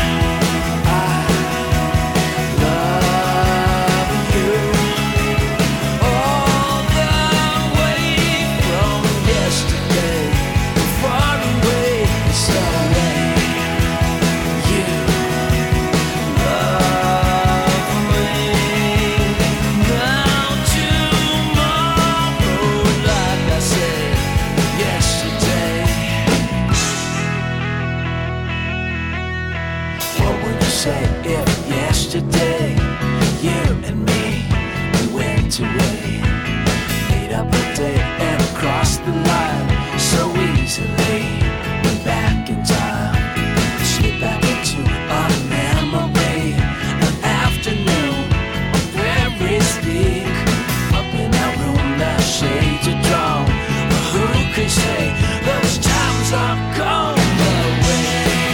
say if yesterday you and me, we went away, made up a date and crossed the line so easily, went back in time, slip back into a memory, an afternoon of very bleak, up in that room the shades are drawn, well, who could say those times are gone away.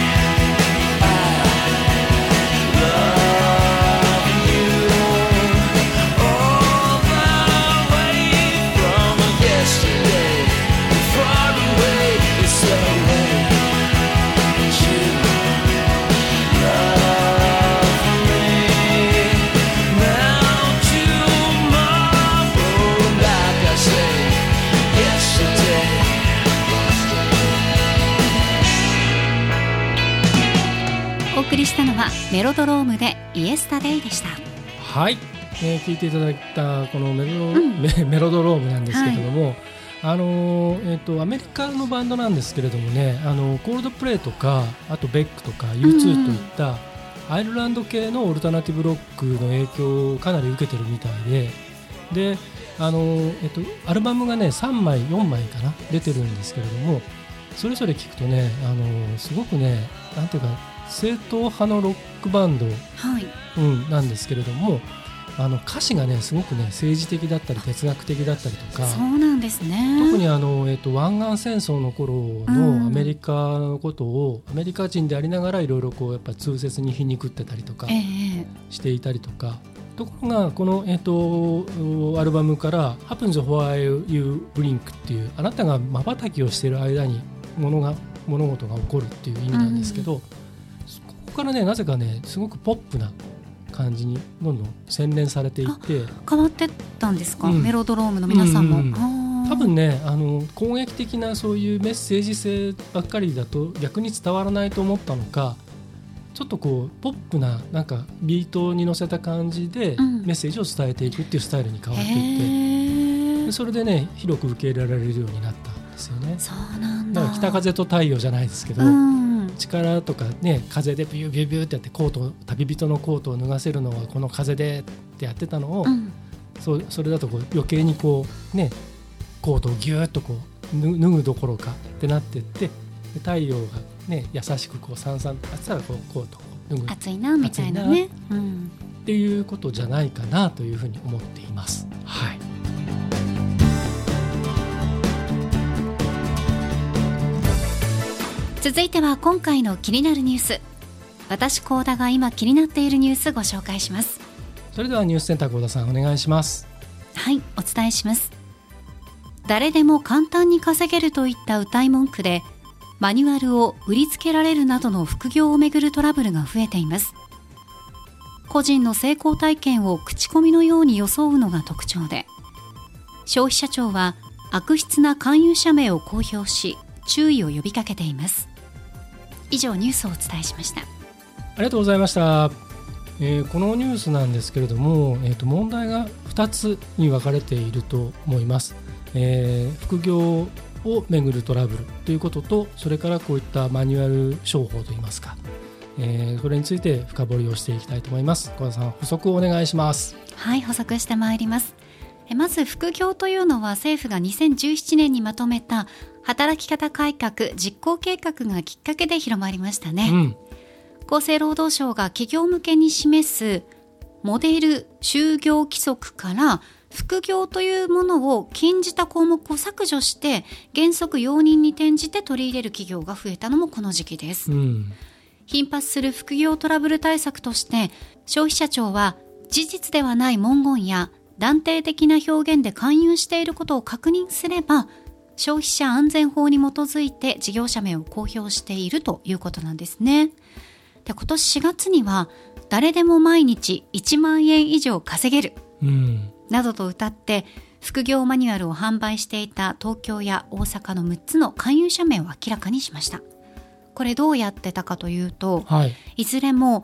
お送りしたのはメロドロームでイエスタデイでした。 はい、聞いていただいたこのメロドロームなんですけれども、はい、アメリカのバンドなんですけれどもね、コールドプレイとかあとベックとか U2 といったアイルランド系のオルタナティブロックの影響をかなり受けてるみたいで、アルバムがね3枚4枚かな出てるんですけれども、それぞれ聞くとねすごくねなんていうか正統派のロックバンド、はいなんですけれども、歌詞がねすごくね政治的だったり哲学的だったりとか、 そうなんですね。 特に湾岸戦争の頃のアメリカのことを、アメリカ人でありながらいろいろこうやっぱ痛切に皮肉ってたりとかしていたりとか、ところがこの、アルバムから「Happens While You Blink」っていう、あなたが瞬きをしている間に物事が起こるっていう意味なんですけど、ここからねなぜかねすごくポップな感じにどんどん洗練されていって変わってったんですか、メロドロームの皆さんも、 多分ね攻撃的なそういうメッセージ性ばっかりだと逆に伝わらないと思ったのか、 ちょっとこうポップななんかビートに乗せた感じでメッセージを伝えていくっていうスタイルに変わっていって、でそれでね広く受け入れられるようになったんですよね。 そうなんだ。 だから北風と太陽じゃないですけど、力とかね風でビュービュービューってやって旅人のコートを脱がせるのはこの風でってやってたのを、それだとこう余計にこうねコートをギューッとこう脱ぐどころかってなっていって、で太陽がね優しくこうさんさんとやってたらこうコートを脱ぐ、 暑いなみたいなね、 っていうことじゃないかなというふうに思っています。はい。 続いては今回の気になるニュース、私高田が今気になっているニュースご紹介します。 それではニュースセンター高田さんお願いします。 はい、お伝えします。誰でも簡単に稼げるといった謳い文句でマニュアルを売りつけられるなどの副業をめぐるトラブルが増えています。個人の成功体験を口コミのように装うのが特徴で、消費者庁は悪質な勧誘者名を公表し注意を呼びかけています。以上ニュースをお伝えしました。 ありがとうございました。このニュースなんですけれども、問題が2つに分かれていると思います。副業をめぐるトラブルということと、それからこういったマニュアル商法といいますか、それについて深掘りをしていきたいと思います。小田さん補足をお願いします。 はい、補足してまいります。まず副業というのは政府が2017年にまとめた働き方改革実行計画がきっかけで広まりましたね。厚生労働省が企業向けに示すモデル就業規則から副業というものを禁じた項目を削除して原則容認に転じて取り入れる企業が増えたのもこの時期です。頻発する副業トラブル対策として消費者庁は事実ではない文言や断定的な表現で勧誘していることを確認すれば消費者安全法に基づいて事業者名を公表しているということなんですね。で、今年4月には誰でも毎日1万円以上稼げる、などと謳って副業マニュアルを販売していた東京や大阪の6つの勧誘者名を明らかにしました。これどうやってたかというと、いずれも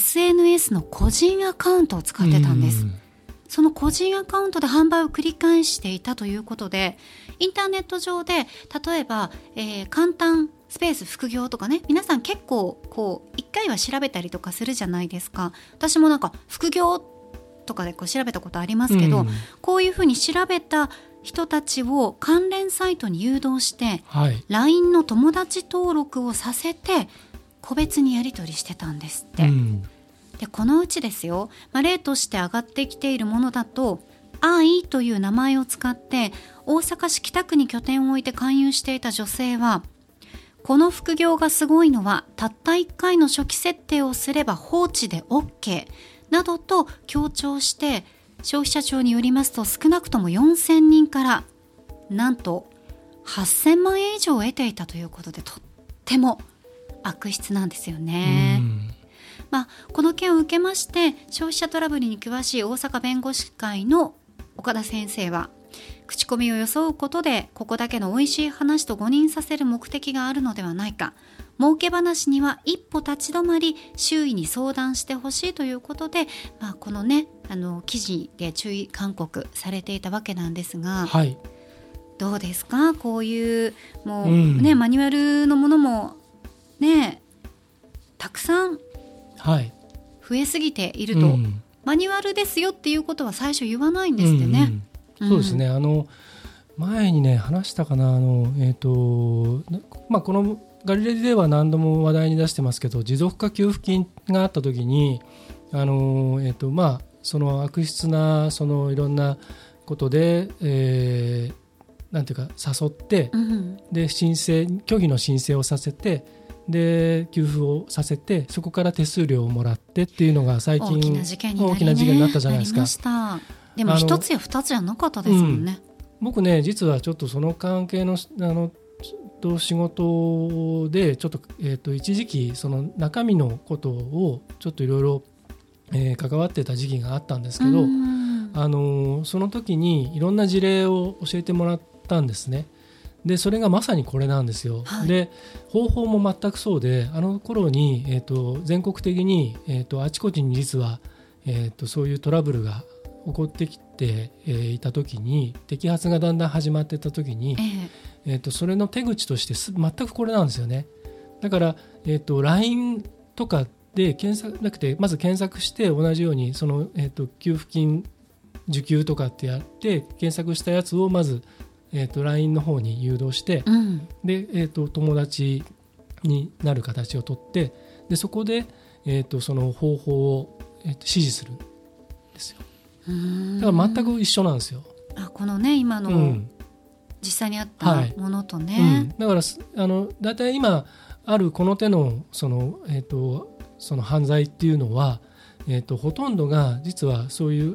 SNS の個人アカウントを使ってたんです。その個人アカウントで販売を繰り返していたということで、インターネット上で例えば、簡単スペース副業とかね、皆さん結構こう一回は調べたりとかするじゃないですか。私もなんか副業とかでこう調べたことありますけど、こういうふうに調べた人たちを関連サイトに誘導して、LINE の友達登録をさせて個別にやり取りしてたんですって。で、このうちですよ、例として上がってきているものだと、愛という名前を使って大阪市北区に拠点を置いて勧誘していた女性は、この副業がすごいのはたった1回の初期設定をすれば放置で OK などと強調して、消費者庁によりますと少なくとも4000人からなんと8000万円以上を得ていたということで、とっても悪質なんですよね。この件を受けまして消費者トラブルに詳しい大阪弁護士会の岡田先生は、口コミを装うことでここだけの美味しい話と誤認させる目的があるのではないか、儲け話には一歩立ち止まり周囲に相談してほしいということで、このね記事で注意勧告されていたわけなんですが、どうですか、こういうもう、マニュアルのものもねたくさん増えすぎていると、マニュアルですよっていうことは最初言わないんですってね。 そうですね。前にね話したかな、このガリレディでは何度も話題に出してますけど、持続化給付金があった時にその悪質なそのいろんなことで、なんていうか誘って、で虚偽の申請をさせて、で給付をさせて、そこから手数料をもらってっていうのが最近大きな事件になったじゃないですか。 でも一つや二つじゃなかったですもんね。 僕ね実はちょっとその関係の仕事でちょっと、一時期その中身のことをちょっといろいろ関わってた時期があったんですけど、その時にいろんな事例を教えてもらったんですね。 でそれがまさにこれなんですよ、はい、で方法も全くそうで、あの頃に、全国的に、あちこちに実は、そういうトラブルが起こってきて、いた時に、摘発がだんだん始まっていた時に、それの手口として全くこれなんですよね。だから、LINE とかで検索なくて、まず検索して同じようにその、給付金受給とかってやって検索したやつをまずLINE の方に誘導して、うん、で、友達になる形をとって、でそこで、その方法を、指示するんですよ。だから全く一緒なんですよ。 このね今の、実際にあったものとね、 だからだいたい今あるこの手のその犯罪っていうのは、ほとんどが実はそういう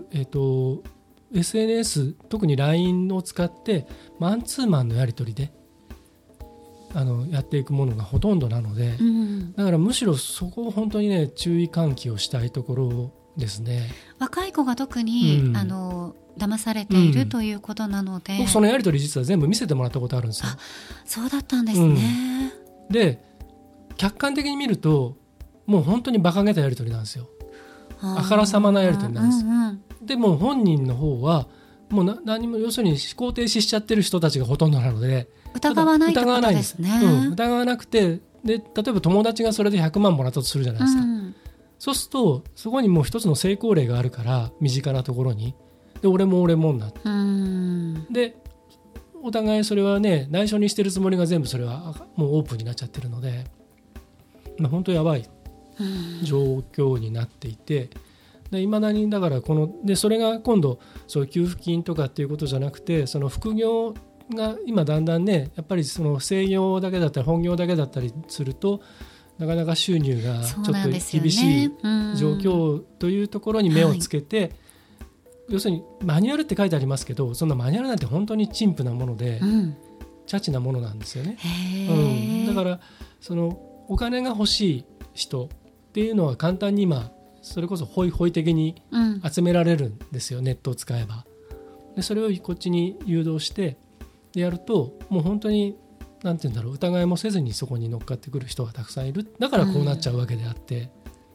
、SNS 特に LINE を使ってマンツーマンのやり取りでやっていくものがほとんどなので、だからむしろそこを本当にね注意喚起をしたいところですね。 若い子が特に、騙されているということなので、 僕そのやり取り実は全部見せてもらったことあるんですよ。 そうだったんですね、 で客観的に見るともう本当に馬鹿げたやり取りなんですよ。あからさまなやり取りなんです、でも本人の方はもう何も要するに思考停止しちゃってる人たちがほとんどなので疑わないってことですね。 疑わなくて、で例えば友達がそれで100万もらったとするじゃないですか、そうするとそこにもう一つの成功例があるから、身近なところにで俺もになって、でお互いそれはね内緒にしてるつもりが全部それはもうオープンになっちゃってるので、本当やばい状況になっていて、いまだにだからそれが今度そういう給付金とかっていうことじゃなくて、その副業が今だんだんねやっぱりその制業だけだったり本業だけだったりするとなかなか収入がちょっと厳しい状況というところに目をつけて、要するにマニュアルって書いてありますけど、そんなマニュアルなんて本当に陳腐なもので、チャチなものなんですよね。だからそのお金が欲しい人っていうのは簡単に今それこそホイホイ的に集められるんですよ、ネットを使えば。でそれをこっちに誘導してやると、もう本当になんて言うんだろう、疑いもせずにそこに乗っかってくる人がたくさんいる。だからこうなっちゃうわけであって、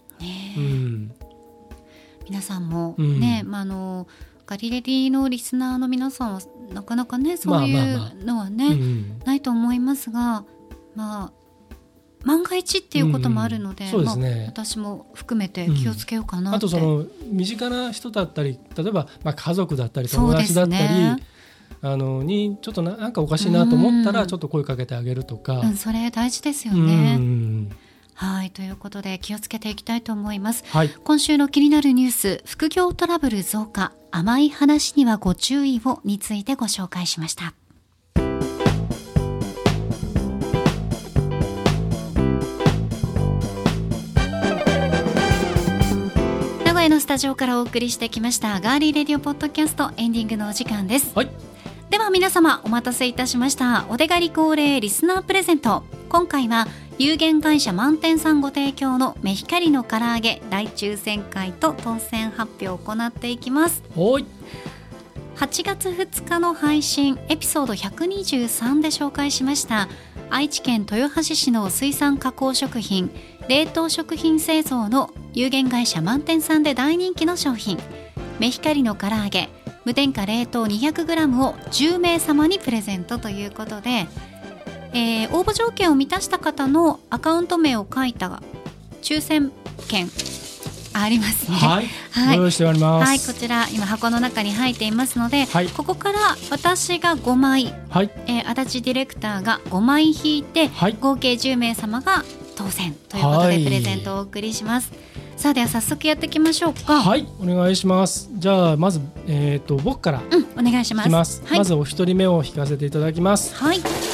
皆さんもね、ガリレディのリスナーの皆さんはなかなかねそういうのはね、ないと思いますが、万が一っていうこともあるので、 そうですね、 私も含めて気をつけようかなって、 あとその身近な人だったり、例えば家族だったり友達だったり、にちょっとなんかおかしいなと思ったらちょっと声かけてあげるとか、 それ大事ですよね。はい、ということで気をつけていきたいと思います、今週の気になるニュース、副業トラブル増加、甘い話にはご注意をについてご紹介しました。名古屋のスタジオからお送りしてきましたガーリーレディオポッドキャスト、エンディングのお時間です、では皆様お待たせいたしました。お手狩り恒例リスナープレゼント、今回は有限会社満点さんご提供のメヒカリの唐揚げ大抽選会と当選発表を行っていきます。8月2日の配信エピソード123で紹介しました愛知県豊橋市の水産加工食品冷凍食品製造の有限会社満点さんで大人気の商品メヒカリの唐揚げ無添加冷凍 200g を10名様にプレゼントということで、応募条件を満たした方のアカウント名を書いた抽選券ありますね。 ご用意しております。 こちら今箱の中に入っていますので、ここから私が5枚、足立ディレクターが5枚引いて、合計10名様が当選ということでプレゼントをお送りします。さあでは早速やっていきましょうか。 お願いします。じゃあまず、僕からお願いします。 まずお一人目を引かせていただきます。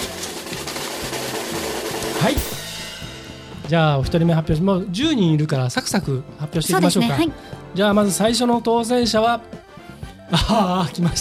じゃあお一人目発表します。10人いるからサクサク発表していきましょうか。じゃあまず最初の当選者は来ました。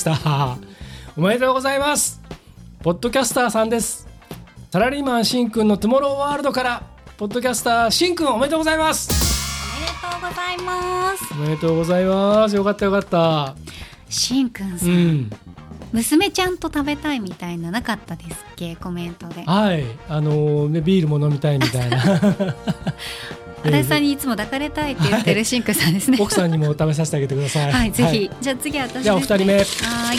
おめでとうございます。ポッドキャスターさんです。サラリーマンしんくんのトゥモローワールドからポッドキャスターしんくん、おめでとうございます。 おめでとうございます。 おめでとうございます。よかったよかった。 しんくんさん、 娘ちゃんと食べたいみたいななかったですっけ、コメントで。 はい、ね、ビールも飲みたいみたいな足立さんにいつも抱かれたいって言ってるシンクさんですね、 奥さんにも食べさせてあげてください。 はい、ぜひ、じゃあ次は私ですね。 じゃあお二人目、 はい、い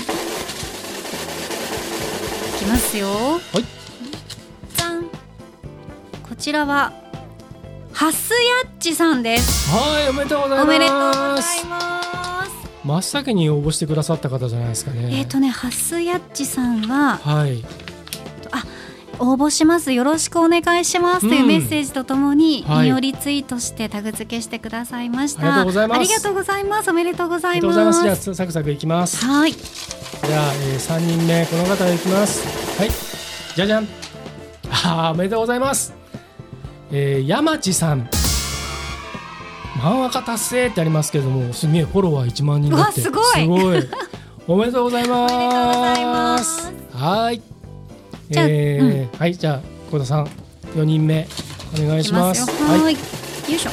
きますよ。 はい、 じゃん、こちらはハスヤッチさんです。 はい、おめでとうございます。 おめでとうございます。 真っ先に応募してくださった方じゃないですかね。 ハスヤッチさんは、 はい、 応募します、よろしくお願いしますというメッセージとともに引用リツイートしてタグ付けしてくださいました。 ありがとうございます。 ありがとうございます。おめでとうございます。 じゃあサクサクいきます。 はい、 じゃあ、3人目この方いきます。はい、じゃじゃん。おめでとうございます。山地さん、漫画家達成ってありますけれども、すげえフォロワー1万人だって。 すごいおめでとうございます。 おめでとうございます。 はい、 じゃあはい、じゃあ小田さん4人目お願いします。 はい、よいしょ。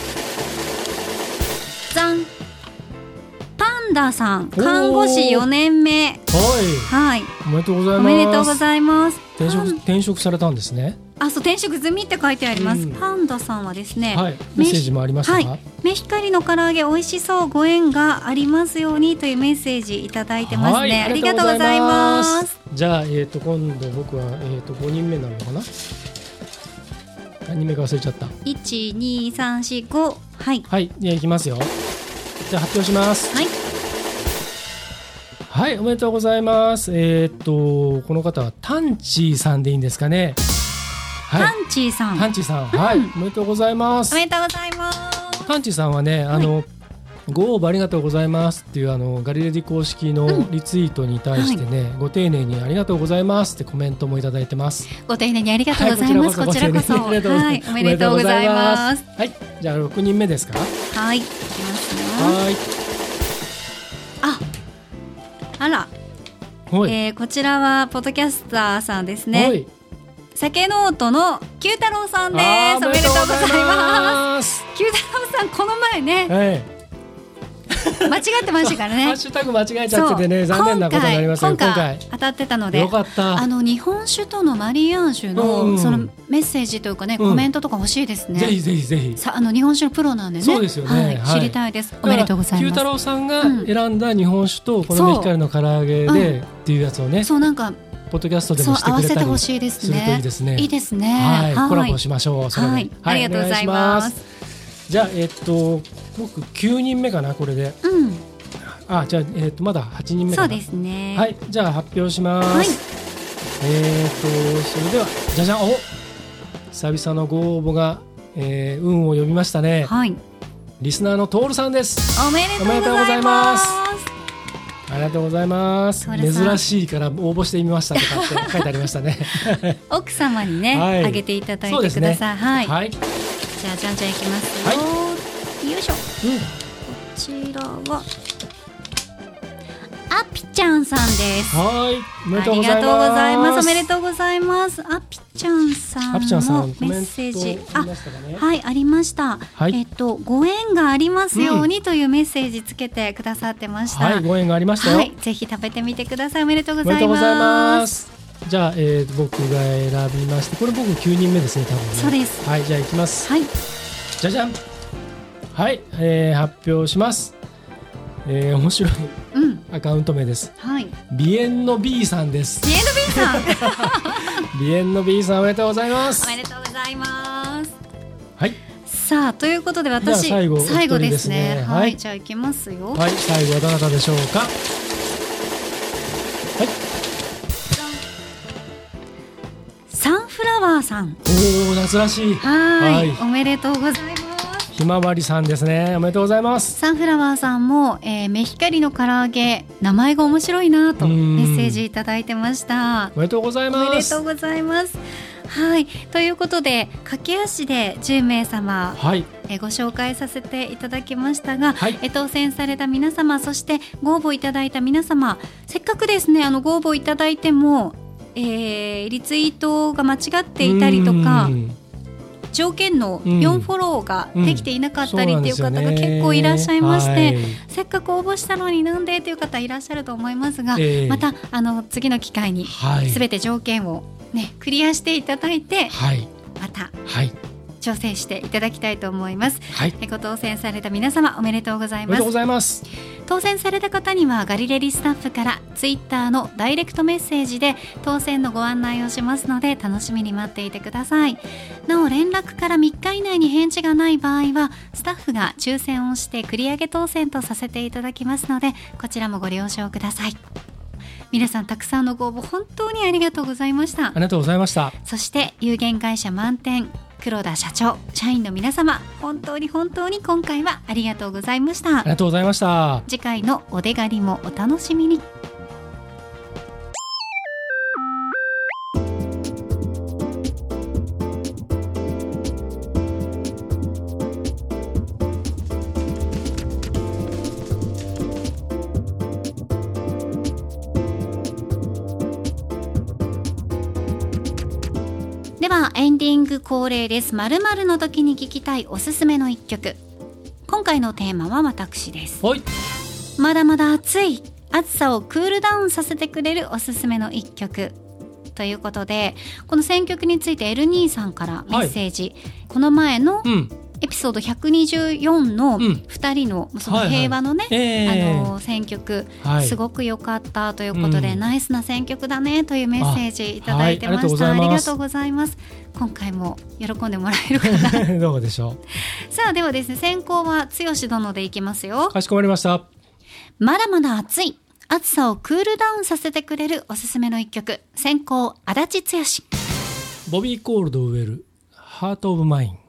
ざん、パンダさん、看護師4年目。はい、 おめでとうございます。 おめでとうございます。 転職されたんですね。 そう、転職済みって書いてあります。パンダさんはですね、 はい、メッセージもありましたか。 はい、メヒカリの唐揚げ美味しそう、ご縁がありますようにというメッセージいただいてますね。ありがとうございます。 じゃあ、今度僕は、5人目なのかな。何人目か忘れちゃった。 1、2、3、4、5。はい、 はい、じゃあいきますよ。じゃあ発表します。 はい、 はい、おめでとうございます。この方はタンチーさんでいいんですかね。はい、タンチーさん、はい、おめでとうございます。 おめでとうございます。 タンチーさんはね、ご応募ありがとうございますっていうガリレディ公式のリツイートに対してね、ご丁寧にありがとうございますってコメントもいただいてます。 ご丁寧にありがとうございます。こちらこそ、はい、おめでとうございます。 はい、じゃあ6人目ですか。 はい、いきますよ。 はい、 あら、こちらはポッドキャスターさんですね。酒ノートの九太郎さんです。おめでとうございます。九太郎さん、この前ね、間違ってましたからね。 ハッシュタグ間違えちゃっててね、残念なことになりますよ。今回当たってたのでよかった。 日本酒とのマリアージュのそのメッセージというかね、コメントとか欲しいですね。 ぜひぜひぜひ。 日本酒のプロなんでね。 そうですよね。 知りたいです。おめでとうございます。 九太郎さんが選んだ日本酒とこのメヒカリの唐揚げでっていうやつをね、 そう、なんかポッドキャストでもしてくれたりするといいですね。 いいですね。 はい、コラボしましょう。それで、はい、 ありがとうございます。 じゃあ僕9人目かな、これで。じゃあまだ8人目かな。 そうですね。 はい、じゃあ発表します。はい、それではじゃじゃん。久々のご応募が、運を呼びましたね。はい、リスナーのトールさんです。 おめでとうございます。 ありがとうございます。珍しいから応募してみましたとかって書いてありましたね。 奥様にね、あげていただいてください。はい。じゃあじゃんじゃんいきますよ。よいしょ。こちらはアピちゃんさんです。 はい、おめでとうございます。 ありがとうございます。おめでとうございます。アピちゃんさんのメッセージ、はい、ありました。ご縁がありますようにというメッセージつけてくださってました。 はい、ご縁がありましたよ。はい、 ぜひ食べてみてください。おめでとうございます。 じゃあ、僕が選びまして、これ僕9人目ですね、多分ね。 そうです。 はい、じゃあいきます。はい。じゃじゃん。はい、発表します。面白いアカウント名です。はい。ビエンの B さんです。 ビエンの B さん。 ビエンの B さん、おめでとうございます。 おめでとうございます。 はい。 さあ、ということで私最後ですね。はい、じゃあ行きますよ。 はい、最後はどなたでしょうか。はい。 サンフラワーさん。 おお、夏らしい。 はい、おめでとうございます。 ひまわりさんですね。おめでとうございます。 サンフラワーさんも、メヒカリの唐揚げ、名前が面白いなとメッセージいただいてました。 おめでとうございます。 おめでとうございます。はい、ということで駆け足で10名様、はい、ご紹介させていただきましたが、はい、当選された皆様、そしてご応募いただいた皆様、せっかくですね、ご応募いただいても、リツイートが間違っていたりとか、 条件の4フォローができていなかったりっていう方が結構いらっしゃいまして、せっかく応募したのになんでっていう方いらっしゃると思いますが、また次の機会に全て条件を、クリアしていただいて、また、挑戦していただきたいと思います。ご当選された皆様おめでとうございます。 おめでとうございます。 当選された方にはガリレディスタッフからツイッターのダイレクトメッセージで当選のご案内をしますので楽しみに待っていてください。なお連絡から3日以内に返事がない場合はスタッフが抽選をして繰り上げ当選とさせていただきますので、こちらもご了承ください。皆さんたくさんのご応募本当にありがとうございました。 ありがとうございました。 そして有限会社満点黒田社長、社員の皆様、本当に本当に今回はありがとうございました。 ありがとうございました。 次回のお出狩りもお楽しみに。ではエンディング恒例です。〇〇の時に聴きたいおすすめの一曲。今回のテーマは私です。まだまだ暑さをクールダウンさせてくれるおすすめの一曲ということで、この選曲についてエルニーさんからメッセージ、この前のエピソード124の2人のその平和のね、選曲、すごく良かったということで、ナイスな選曲だねというメッセージいただいてました。ありがとうございます。今回も喜んでもらえるかなどうでしょう。さあではですね、先行は剛殿でいきますよ。 かしこまりました。 まだまだ暑さをクールダウンさせてくれるおすすめの一曲。先行足立剛。 ボビー・コールドウェル、ハート・オブ・マイン。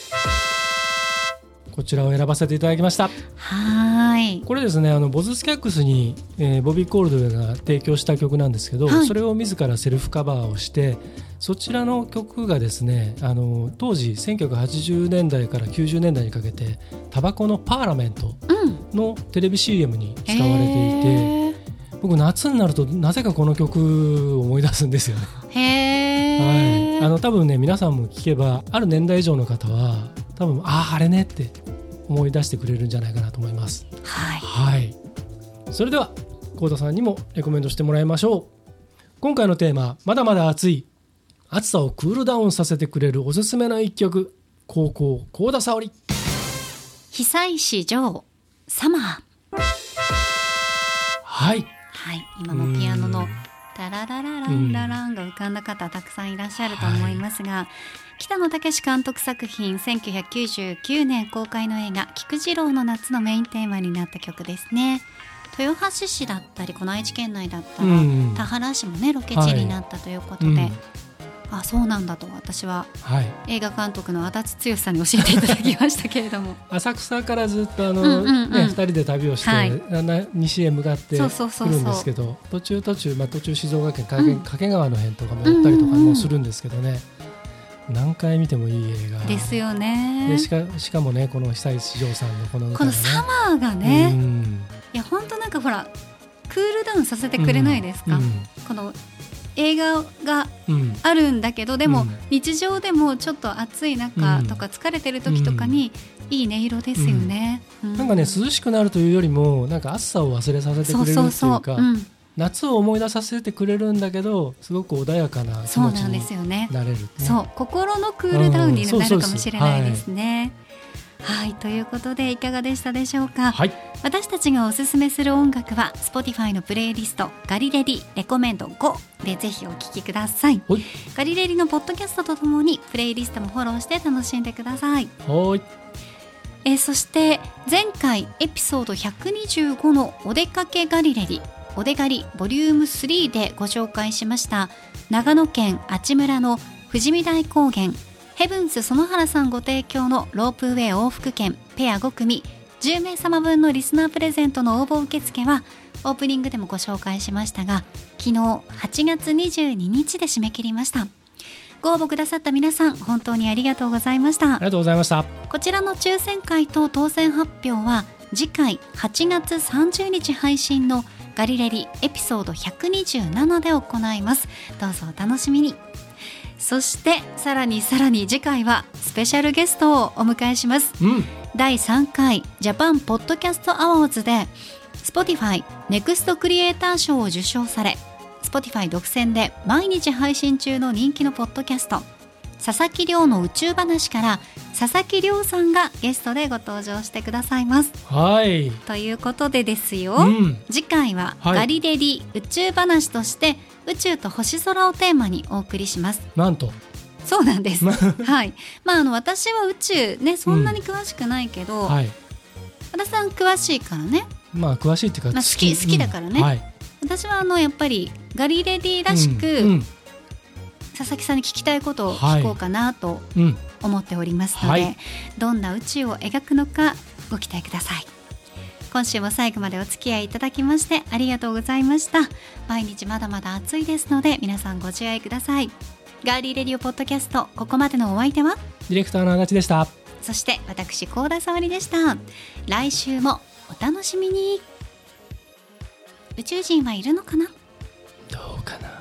こちらを選ばせていただきました。これですね、ボズスキャックスに、ボビー・コールドウェルが提供した曲なんですけど、それを自らセルフカバーをして、そちらの曲がですね、当時1980年代から90年代にかけてタバコのパーラメントのテレビ CM に使われていて、僕夏になるとなぜかこの曲を思い出すんですよね。多分ね、皆さんも聞けばある年代以上の方は多分あれねって思い出してくれるんじゃないかなと思います。それでは幸田さんにもレコメンドしてもらいましょう。今回のテーマ、まだまだ暑さをクールダウンさせてくれるおすすめの一曲、高校幸田沙織。 久石譲サマー。今もピアノのタラララランラランが浮かんだ方たくさんいらっしゃると思いますが、北野武監督作品、1999年公開の映画菊次郎の夏のメインテーマになった曲ですね。豊橋市だったりこの愛知県内だったら、田原市もねロケ地になったということで、そうなんだと私は、映画監督の足立剛さんに教えていただきましたけれども浅草からずっと2人で旅をして、西へ向かってくるんですけど、途中、静岡県掛川の辺とかもやったりとかもするんですけどね、何回見てもいい映画ですよね。 でしかもね、この久石譲さんのこの歌がね、 このサマーがね、いや本当なんかほらクールダウンさせてくれないですか。この映画があるんだけど、でも日常でもちょっと暑い中とか疲れてる時とかにいい音色ですよね。 なんかね、涼しくなるというよりもなんか暑さを忘れさせてくれるっていうか、夏を思い出させてくれるんだけど、すごく穏やかな気持ちになれる、 心のクールダウンになるかもしれないですね。ということでいかがでしたでしょうか。私たちがおすすめする音楽は Spotify のプレイリストガリレディレコメンド5でぜひお聴きください。ガリレディのポッドキャストとともにプレイリストもフォローして楽しんでください。そして前回エピソード125のお出かけガリレディお出狩りボリューム3でご紹介しました長野県阿智村の富士見台高原ヘブンス園原さんご提供のロープウェイ往復券ペア5組10名様分のリスナープレゼントの応募受付はオープニングでもご紹介しましたが、昨日8月22日で締め切りました。ご応募くださった皆さん本当にありがとうございました。 ありがとうございました。 こちらの抽選会と当選発表は次回8月30日配信のガリレディエピソード127で行います。どうぞお楽しみに。 そしてさらに次回はスペシャルゲストをお迎えします、第3回ジャパンポッドキャストアワーズで Spotify ネクストクリエイター賞を受賞され、 Spotify 独占で毎日配信中の人気のポッドキャスト佐々木亮の宇宙話から佐々木亮さんがゲストでご登場してくださいます。 はい、 ということでですよ、次回はガリレディ宇宙話として宇宙と星空をテーマにお送りします。 なんとそうなんですはい、私は宇宙ねそんなに詳しくないけど、和田さん詳しいからね、 詳しいっていうか、 好きだからね、私はやっぱりガリレディらしく、佐々木さんに聞きたいことを聞こうかなと思っておりますので、どんな宇宙を描くのかご期待ください。今週も最後までお付き合いいただきましてありがとうございました。毎日まだまだ暑いですので皆さんご自愛ください。ガーリーレディオポッドキャスト、ここまでのお相手はディレクターの足立でした。 そして私高田沙織でした。来週もお楽しみに。宇宙人はいるのかな？ どうかな。